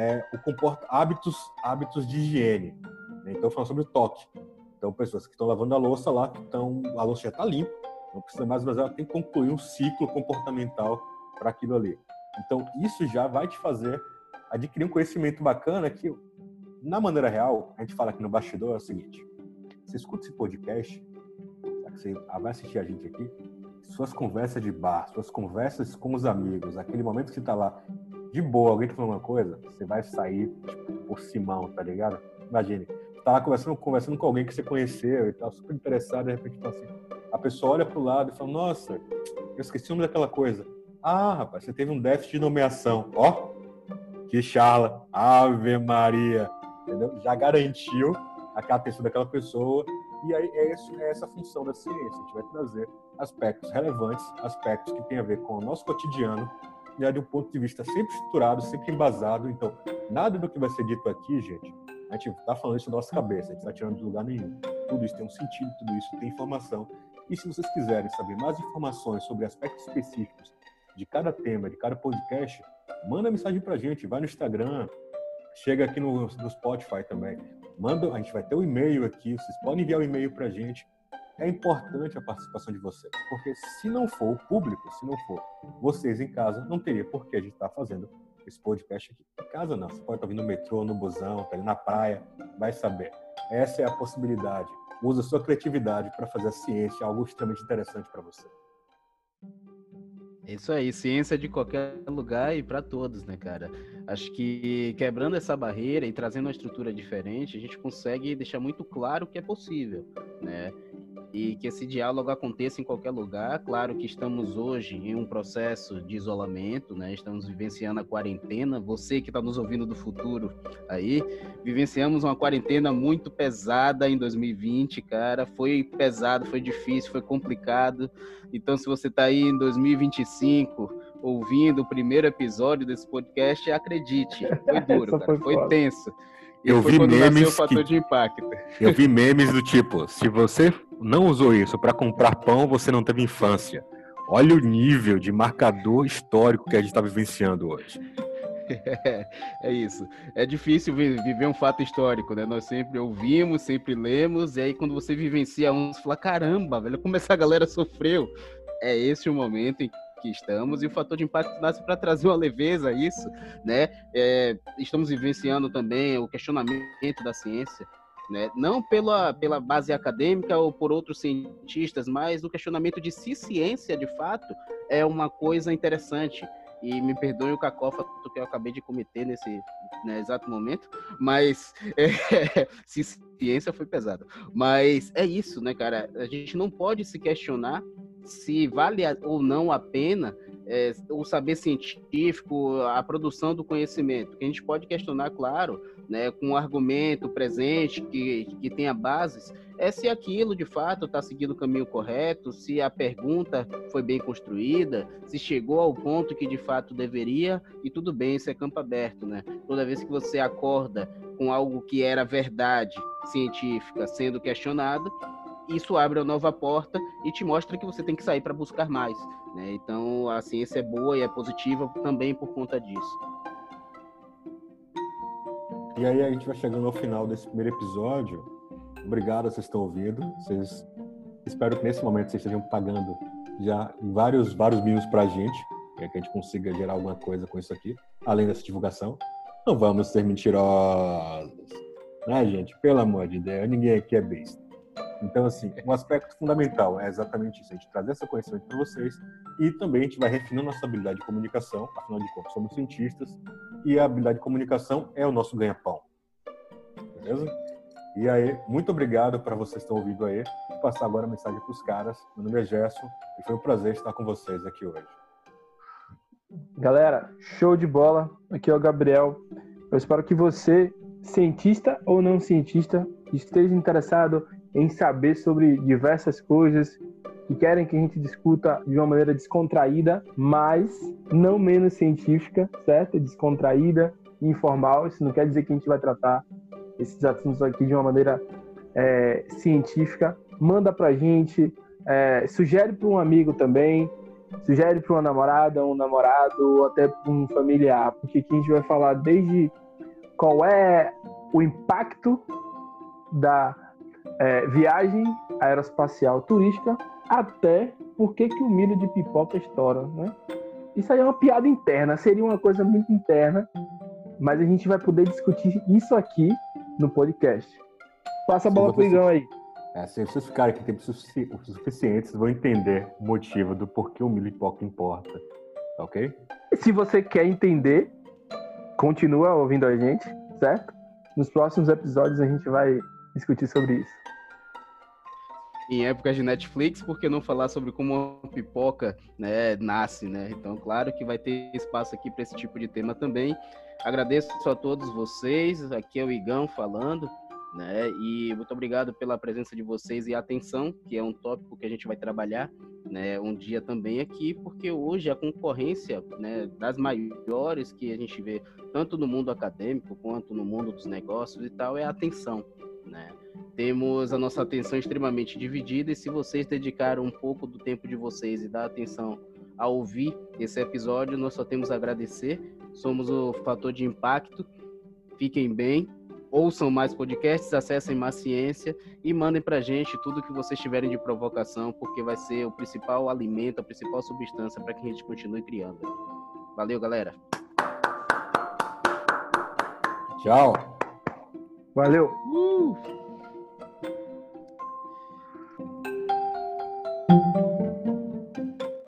hábitos de higiene. Então, falando sobre o toque. Então, pessoas que estão lavando a louça lá, a louça já está limpa, não precisa mais, mas ela tem que concluir um ciclo comportamental para aquilo ali. Então, isso já vai te fazer adquirir um conhecimento bacana que, na maneira real, a gente fala aqui no bastidor, é o seguinte: você escuta esse podcast, você vai assistir a gente aqui, suas conversas de bar, suas conversas com os amigos, aquele momento que você está lá de boa, alguém tá falando uma coisa, você vai sair tipo, por Simão, tá ligado? Imagine, você tá lá conversando com alguém que você conheceu e tal, super interessado, de repente fala assim, a pessoa olha pro lado e fala, nossa, eu esqueci o nome daquela coisa. Ah, rapaz, você teve um déficit de nomeação. Ó, que charla, Ave Maria, entendeu? Já garantiu a atenção daquela pessoa. E aí é essa a função da ciência. A gente vai trazer aspectos relevantes, aspectos que têm a ver com o nosso cotidiano, né, de um ponto de vista sempre estruturado, sempre embasado. Então, nada do que vai ser dito aqui, gente, a gente está falando isso da nossa cabeça, a gente está tirando de lugar nenhum. Tudo isso tem um sentido, tudo isso tem informação. E se vocês quiserem saber mais informações sobre aspectos específicos de cada tema, de cada podcast, manda mensagem pra gente, vai no Instagram, chega aqui no Spotify também. A gente vai ter um e-mail aqui, vocês podem enviar um e-mail pra gente. É importante a participação de vocês, porque se não for o público, se não for vocês em casa, não teria por que a gente estar fazendo esse podcast aqui. Em casa não, você pode estar vindo no metrô, no busão, tá ali na praia, vai saber. Essa é a possibilidade. Usa a sua criatividade para fazer a ciência algo extremamente interessante para você. Isso aí, ciência de qualquer lugar e para todos, né, cara? Acho que quebrando essa barreira e trazendo uma estrutura diferente, a gente consegue deixar muito claro que é possível, né? E que esse diálogo aconteça em qualquer lugar. Claro que estamos hoje em um processo de isolamento, né? Estamos vivenciando a quarentena. Você que está nos ouvindo do futuro aí, vivenciamos uma quarentena muito pesada em 2020, cara. Foi pesado, foi difícil, foi complicado. Então, se você está aí em 2025 ouvindo o primeiro episódio desse podcast, acredite, foi duro, cara, foi tenso. E eu foi vi quando memes nasceu o fator de impacto. Eu vi memes do tipo, se você não usou isso para comprar pão, você não teve infância. Olha o nível de marcador histórico que a gente está vivenciando hoje. É isso. É difícil viver um fato histórico, né? Nós sempre ouvimos, sempre lemos, e aí quando você vivencia você fala, caramba, velho, como essa galera sofreu. É esse o momento em que estamos, e o fator de impacto nasce para trazer uma leveza a isso, né? Estamos vivenciando também o questionamento da ciência, né? Não pela base acadêmica ou por outros cientistas, mas o questionamento de se ciência, de fato, é uma coisa interessante. E me perdoe o cacófato que eu acabei de cometer nesse exato momento, mas se ciência foi pesado. Mas é isso, né, cara? A gente não pode se questionar se vale ou não a pena o saber científico, a produção do conhecimento. Que a gente pode questionar, claro, né, com um argumento presente que tenha bases, se aquilo de fato está seguindo o caminho correto, se a pergunta foi bem construída, se chegou ao ponto que de fato deveria, e tudo bem, isso é campo aberto, né? Toda vez que você acorda com algo que era verdade científica sendo questionado, isso abre uma nova porta e te mostra que você tem que sair para buscar mais, né? Então, a ciência é boa e é positiva também por conta disso. E aí a gente vai chegando ao final desse primeiro episódio. Obrigado, vocês estão ouvindo. Espero que nesse momento vocês estejam pagando já vários mimos pra gente, para que a gente consiga gerar alguma coisa com isso aqui, além dessa divulgação. Não vamos ser mentirosos, né, gente? Pelo amor de Deus, ninguém aqui é besta. Então, assim, um aspecto fundamental é exatamente isso, a gente trazer esse conhecimento para vocês e também a gente vai refinando nossa habilidade de comunicação, afinal de contas somos cientistas e a habilidade de comunicação é o nosso ganha-pão. Beleza? E aí, muito obrigado para vocês que estão ouvindo aí. Vou passar agora a mensagem para os caras. Meu nome é Gerson e foi um prazer estar com vocês aqui hoje. Galera, show de bola. Aqui é o Gabriel. Eu espero que você, cientista ou não cientista, esteja interessado em saber sobre diversas coisas que querem que a gente discuta de uma maneira descontraída, mas não menos científica, certo? Descontraída, informal. Isso não quer dizer que a gente vai tratar esses assuntos aqui de uma maneira científica. Manda pra gente, sugere para um amigo também, sugere para uma namorada, um namorado, ou até para um familiar, porque aqui a gente vai falar desde qual é o impacto da viagem aeroespacial turística até por que o milho de pipoca estoura, né? Isso aí é uma piada interna, seria uma coisa muito interna, mas a gente vai poder discutir isso aqui no podcast. Passa a bola pro Igão aí. Se vocês ficarem aqui tempo suficiente, vocês vão entender o motivo do porquê o milho de pipoca importa, ok? E se você quer entender, continua ouvindo a gente, certo? Nos próximos episódios a gente vai discutir sobre isso. Em épocas de Netflix, por que não falar sobre como a pipoca, né, nasce, né? Então, claro que vai ter espaço aqui para esse tipo de tema também. Agradeço a todos vocês, aqui é o Igão falando, né? E muito obrigado pela presença de vocês e atenção, que é um tópico que a gente vai trabalhar, né, um dia também aqui, porque hoje a concorrência, né, das maiores que a gente vê, tanto no mundo acadêmico quanto no mundo dos negócios e tal, é a atenção, né? Temos a nossa atenção extremamente dividida e se vocês dedicaram um pouco do tempo de vocês e dar atenção a ouvir esse episódio, nós só temos a agradecer. Somos o Fator de Impacto. Fiquem bem, ouçam mais podcasts, acessem mais ciência e mandem pra gente tudo que vocês tiverem de provocação, porque vai ser o principal alimento, a principal substância para que a gente continue criando. Valeu, galera! Tchau! Valeu!